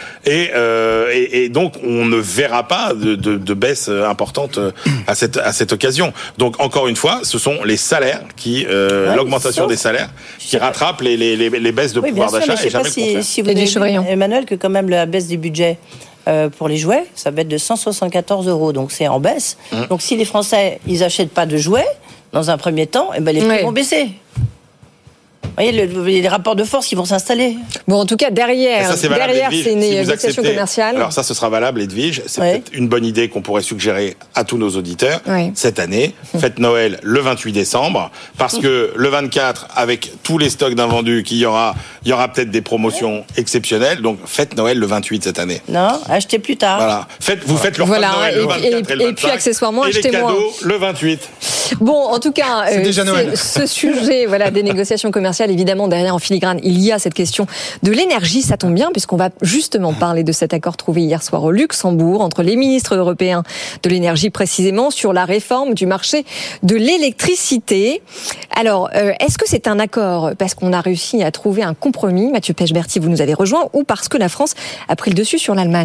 et donc on ne verra pas de baisse importante à cette occasion. Donc encore une fois, ce sont les salaires l'augmentation des salaires qui rattrape les baisses de pouvoir d'achat. Je ne sais pas si vous avez, Emmanuel, que quand même la baisse du budget pour les jouets, ça va être de 174 €, donc c'est en baisse. Donc si les Français, ils n'achètent pas de jouets, dans un premier temps, les prix vont baisser. Vous voyez, les rapports de force qui vont s'installer. Bon, en tout cas, derrière c'est une négociation commerciale. Alors ça, ce sera valable, Edwige. C'est peut-être une bonne idée qu'on pourrait suggérer à tous nos auditeurs cette année. Faites Noël le 28 décembre, parce que le 24, avec tous les stocks d'invendus qu'il y aura peut-être des promotions exceptionnelles. Donc faites Noël le 28 cette année. Non, achetez plus tard. Voilà. Vous faites le repas de Noël le 24 et le 25. Et puis accessoirement, achetez moins. Et les cadeaux le 28. Bon, en tout cas, ce sujet des négociations commerciales, évidemment, derrière en filigrane, il y a cette question de l'énergie. Ça tombe bien, puisqu'on va justement parler de cet accord trouvé hier soir au Luxembourg entre les ministres européens de l'énergie, précisément sur la réforme du marché de l'électricité. Alors, est-ce que c'est un accord parce qu'on a réussi à trouver un compromis, Mathieu Pechberti, vous nous avez rejoint, ou parce que la France a pris le dessus sur l'Allemagne ?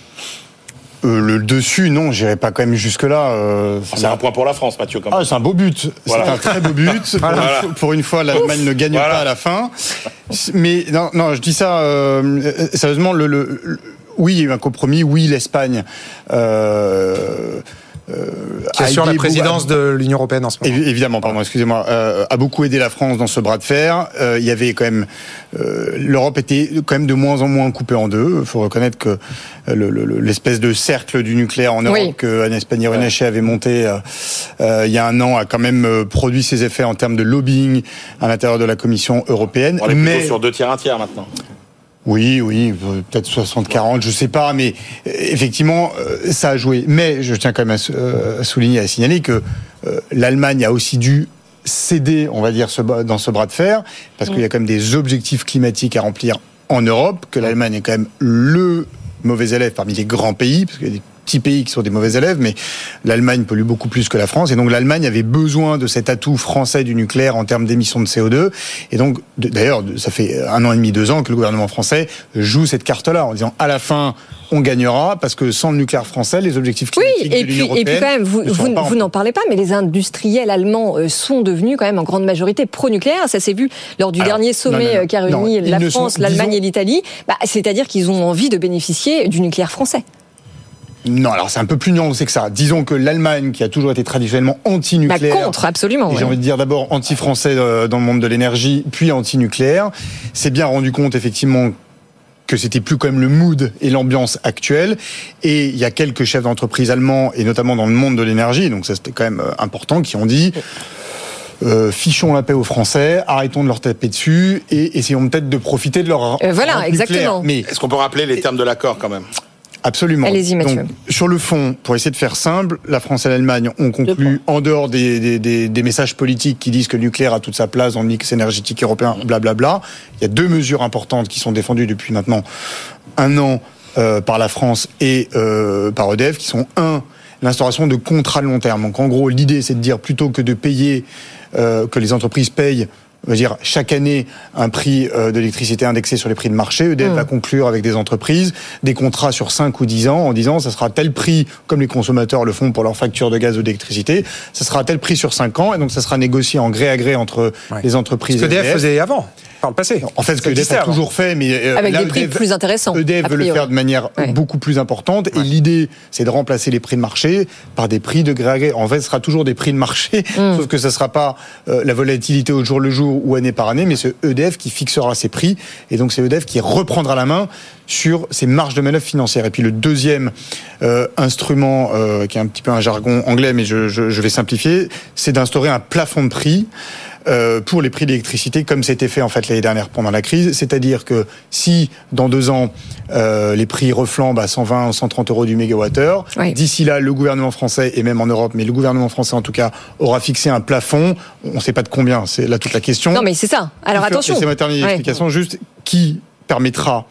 Le dessus, non, j'irai pas quand même jusque-là. C'est un point pour la France, Mathieu. Quand même. C'est un beau but. C'est un très beau but. Pour une fois, l'Allemagne ne gagne pas à la fin. Mais non, je dis ça sérieusement. Oui, il y a eu un compromis. Oui, l'Espagne. Qui assure la présidence de l'Union européenne en ce moment. Évidemment, excusez-moi, a beaucoup aidé la France dans ce bras de fer. Il y avait quand même l'Europe était quand même de moins en moins coupée en deux. Il faut reconnaître que l'espèce de cercle du nucléaire en Europe que Agnès Pannier-Runacher avait monté il y a un an a quand même produit ses effets en termes de lobbying à l'intérieur de la Commission européenne. On est plutôt sur 2 tiers, 1 tiers maintenant. Oui, peut-être 60-40, je sais pas, mais effectivement, ça a joué. Mais je tiens quand même à souligner, à signaler que l'Allemagne a aussi dû céder, on va dire, dans ce bras de fer, parce qu'il y a quand même des objectifs climatiques à remplir en Europe, que l'Allemagne est quand même le mauvais élève parmi les grands pays, parce qu'il y a des petits pays qui sont des mauvais élèves, mais l'Allemagne pollue beaucoup plus que la France. Et donc l'Allemagne avait besoin de cet atout français du nucléaire en termes d'émissions de CO2. Et donc, d'ailleurs, ça fait 1 an et demi, 2 ans que le gouvernement français joue cette carte-là en disant à la fin, on gagnera parce que sans le nucléaire français, les objectifs climatiques de l'Union européenne. Et puis quand même, vous n'en parlez pas, mais les industriels allemands sont devenus quand même en grande majorité pro-nucléaire. Ça s'est vu lors du dernier sommet qui a réuni la France, l'Allemagne et l'Italie. C'est-à-dire qu'ils ont envie de bénéficier du nucléaire français. Non, alors c'est un peu plus nuancé que ça. Disons que l'Allemagne, qui a toujours été traditionnellement anti-nucléaire... contre, absolument. J'ai envie de dire d'abord anti-français dans le monde de l'énergie, puis anti-nucléaire, s'est bien rendu compte effectivement que c'était plus quand même le mood et l'ambiance actuelle. Et il y a quelques chefs d'entreprise allemands, et notamment dans le monde de l'énergie, donc ça c'était quand même important, qui ont dit... fichons la paix aux Français, arrêtons de leur taper dessus et essayons peut-être de profiter de leur voilà, exactement. Mais est-ce qu'on peut rappeler les termes de l'accord quand même ? Absolument. Allez-y, Mathieu. Donc, sur le fond, pour essayer de faire simple, la France et l'Allemagne ont conclu, en dehors des messages politiques qui disent que le nucléaire a toute sa place dans le mix énergétique européen, blablabla, il y a 2 mesures importantes qui sont défendues depuis maintenant 1 an par la France et par EDF, qui sont l'instauration de contrats de long terme. Donc en gros, l'idée, c'est de dire plutôt que de payer, que les entreprises payent, on va dire, chaque année un prix de l'électricité indexé sur les prix de marché, EDF va conclure avec des entreprises des contrats sur 5 ou 10 ans en disant ça sera tel prix, comme les consommateurs le font pour leur facture de gaz ou d'électricité, ça sera tel prix sur 5 ans et donc ça sera négocié en gré à gré entre les entreprises. Ce que EDF faisait avant. Par le passé. En fait, ce que EDF a toujours fait, mais avec des prix plus intéressants. EDF veut le faire de manière beaucoup plus importante, et l'idée, c'est de remplacer les prix de marché par des prix de gré à gré. En fait, ce sera toujours des prix de marché, sauf que ce ne sera pas la volatilité au jour le jour ou année par année, mais c'est EDF qui fixera ses prix, et donc c'est EDF qui reprendra la main sur ses marges de manœuvre financières. Et puis le deuxième instrument, qui est un petit peu un jargon anglais, mais je vais simplifier, c'est d'instaurer un plafond de prix pour les prix d'électricité, comme c'était fait en fait l'année dernière pendant la crise. C'est-à-dire que si dans 2 ans les prix reflambent à 120 ou 130 euros du mégawattheure, d'ici là le gouvernement français, et même en Europe, mais le gouvernement français en tout cas, aura fixé un plafond. On ne sait pas de combien, c'est là toute la question. Non mais c'est ça. Alors attention. C'est ma dernière explication, juste qui permettra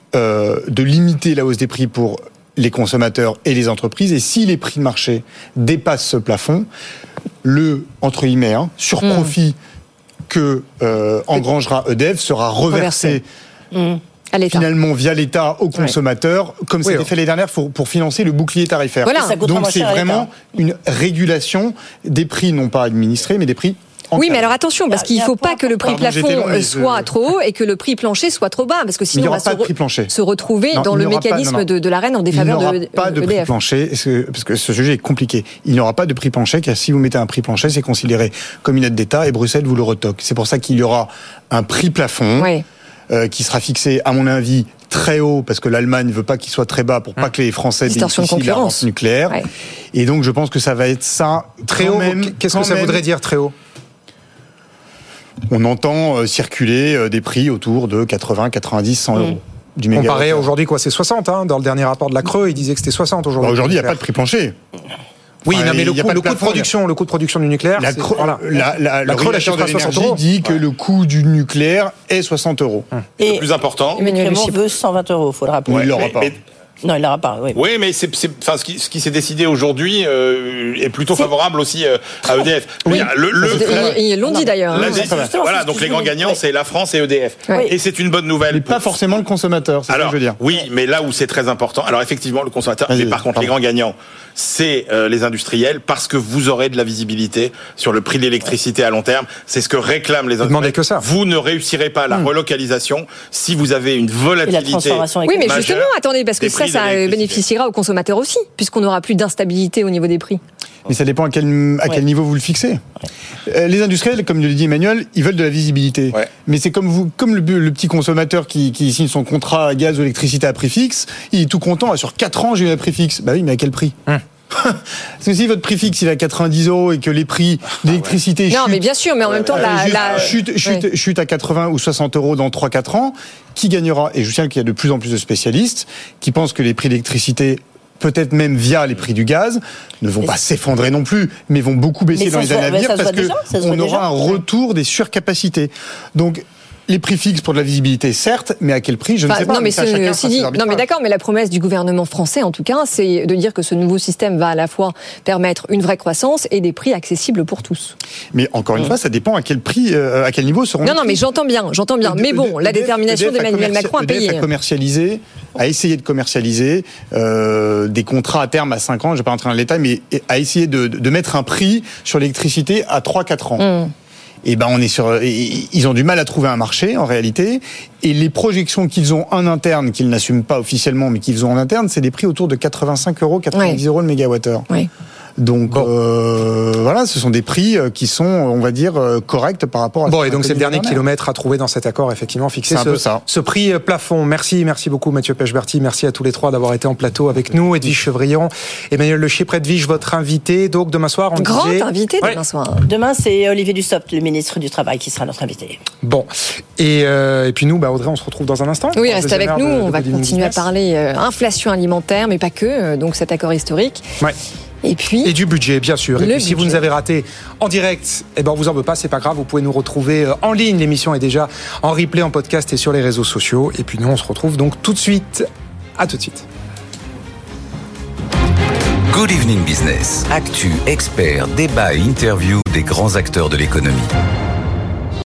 de limiter la hausse des prix pour les consommateurs et les entreprises. Et si les prix de marché dépassent ce plafond, le, entre guillemets, surprofit que engrangera EDF sera reversé finalement via l'État aux consommateurs, comme c'était fait l'année dernière pour financer le bouclier tarifaire. Voilà. Donc c'est vraiment une régulation des prix, non pas administrés, mais des prix. Oui, mais alors attention, parce qu'il ne faut pas que le prix plafond soit trop haut et que le prix plancher soit trop bas, parce que sinon on va se retrouver dans le mécanisme de la reine en défaveur de EDF. Il n'y aura pas de prix plancher, parce que ce sujet est compliqué. Il n'y aura pas de prix plancher, car si vous mettez un prix plancher, c'est considéré comme une aide d'État et Bruxelles vous le retoque. C'est pour ça qu'il y aura un prix plafond qui sera fixé, à mon avis, très haut, parce que l'Allemagne ne veut pas qu'il soit très bas pour pas que les Français bénéficient de la rente nucléaire. Et donc je pense que ça va être ça. Très haut, qu'est-ce que ça voudrait dire très haut ? On entend circuler des prix autour de 80, 90, 100 euros du mégawattheure. Comparé aujourd'hui, quoi, c'est 60, dans le dernier rapport de la Creux, il disait que c'était 60 aujourd'hui. Aujourd'hui, il n'y a pas de prix plancher. Oui, non, mais le coût de production du nucléaire, la Creux, la chiffre à 60 euros, dit que le coût du nucléaire est 60 euros. Et le plus important, Emmanuel Macron veut 120 euros, il faut le rappeler. Oui, il l'aura pas. Non, il l'aura pas. Oui, mais ce qui s'est décidé aujourd'hui est plutôt favorable aussi à EDF. Oui. Ils l'ont dit d'ailleurs. Voilà, donc les grands gagnants, c'est la France et EDF. Et c'est une bonne nouvelle. Mais pas forcément le consommateur, c'est ce que je veux dire. Oui, mais là où c'est très important, alors effectivement le consommateur, mais par contre les grands gagnants, c'est les industriels, parce que vous aurez de la visibilité sur le prix de l'électricité à long terme. C'est ce que réclament les industriels. Que ça. Vous ne réussirez pas la relocalisation si vous avez une volatilité. Oui, mais justement, attendez, parce que ça bénéficiera aux consommateurs aussi, puisqu'on n'aura plus d'instabilité au niveau des prix. Mais ça dépend à quel niveau vous le fixez. Les industriels, comme le dit Emmanuel, ils veulent de la visibilité. Mais c'est comme le petit consommateur qui signe son contrat à gaz ou électricité à prix fixe, il est tout content. Sur 4 ans, j'ai eu un prix fixe. Bah oui, mais à quel prix Parce que si votre prix fixe il est à 90 euros et que les prix d'électricité chutent... Non, mais bien sûr, mais en même temps... chute à 80 ou 60 euros dans 3-4 ans, qui gagnera ? Et je tiens qu'il y a de plus en plus de spécialistes qui pensent que les prix d'électricité, peut-être même via les prix du gaz, ne vont pas s'effondrer non plus, mais vont beaucoup baisser dans les années à venir, parce qu'on aura un retour des surcapacités. Donc, les prix fixes pour de la visibilité, certes, mais à quel prix, je ne sais pas. Non, mais d'accord, mais la promesse du gouvernement français, en tout cas, c'est de dire que ce nouveau système va à la fois permettre une vraie croissance et des prix accessibles pour tous. Mais encore une fois, ça dépend à quel prix, à quel niveau seront les prix. Non, mais j'entends bien. Mais bon, la détermination d'Emmanuel Macron à payer. A essayé de commercialiser des contrats à terme à 5 ans, je ne vais pas rentrer dans le détail, mais a essayé de mettre un prix sur l'électricité à 3-4 ans. Et ben ils ont du mal à trouver un marché en réalité, et les projections qu'ils ont en interne, qu'ils n'assument pas officiellement, mais qu'ils ont en interne, c'est des prix autour de 85 €, 90 € le mégawattheure. Oui. Donc voilà, ce sont des prix qui sont, on va dire, corrects par rapport à... et donc c'est le dernier kilomètre à trouver dans cet accord, effectivement, fixé ce prix plafond. Merci beaucoup Mathieu Pechberti, merci à tous les trois d'avoir été en plateau avec nous. Edwige Chevrillon, Emmanuel Le Chypre, Edwige, votre invité. Donc demain soir, invité demain soir. Demain, c'est Olivier Dussopt, le ministre du Travail, qui sera notre invité. Bon, et puis nous, Audrey, on se retrouve dans un instant. Oui, reste avec nous, on va continuer à parler inflation alimentaire, mais pas que, donc cet accord historique. Ouais. Et du budget, bien sûr. Et puis, si vous nous avez raté en direct, on vous en veut pas, c'est pas grave. Vous pouvez nous retrouver en ligne. L'émission est déjà en replay, en podcast et sur les réseaux sociaux. Et puis nous, on se retrouve donc tout de suite. À tout de suite. Good Evening Business. Actu, experts, débat et interview des grands acteurs de l'économie.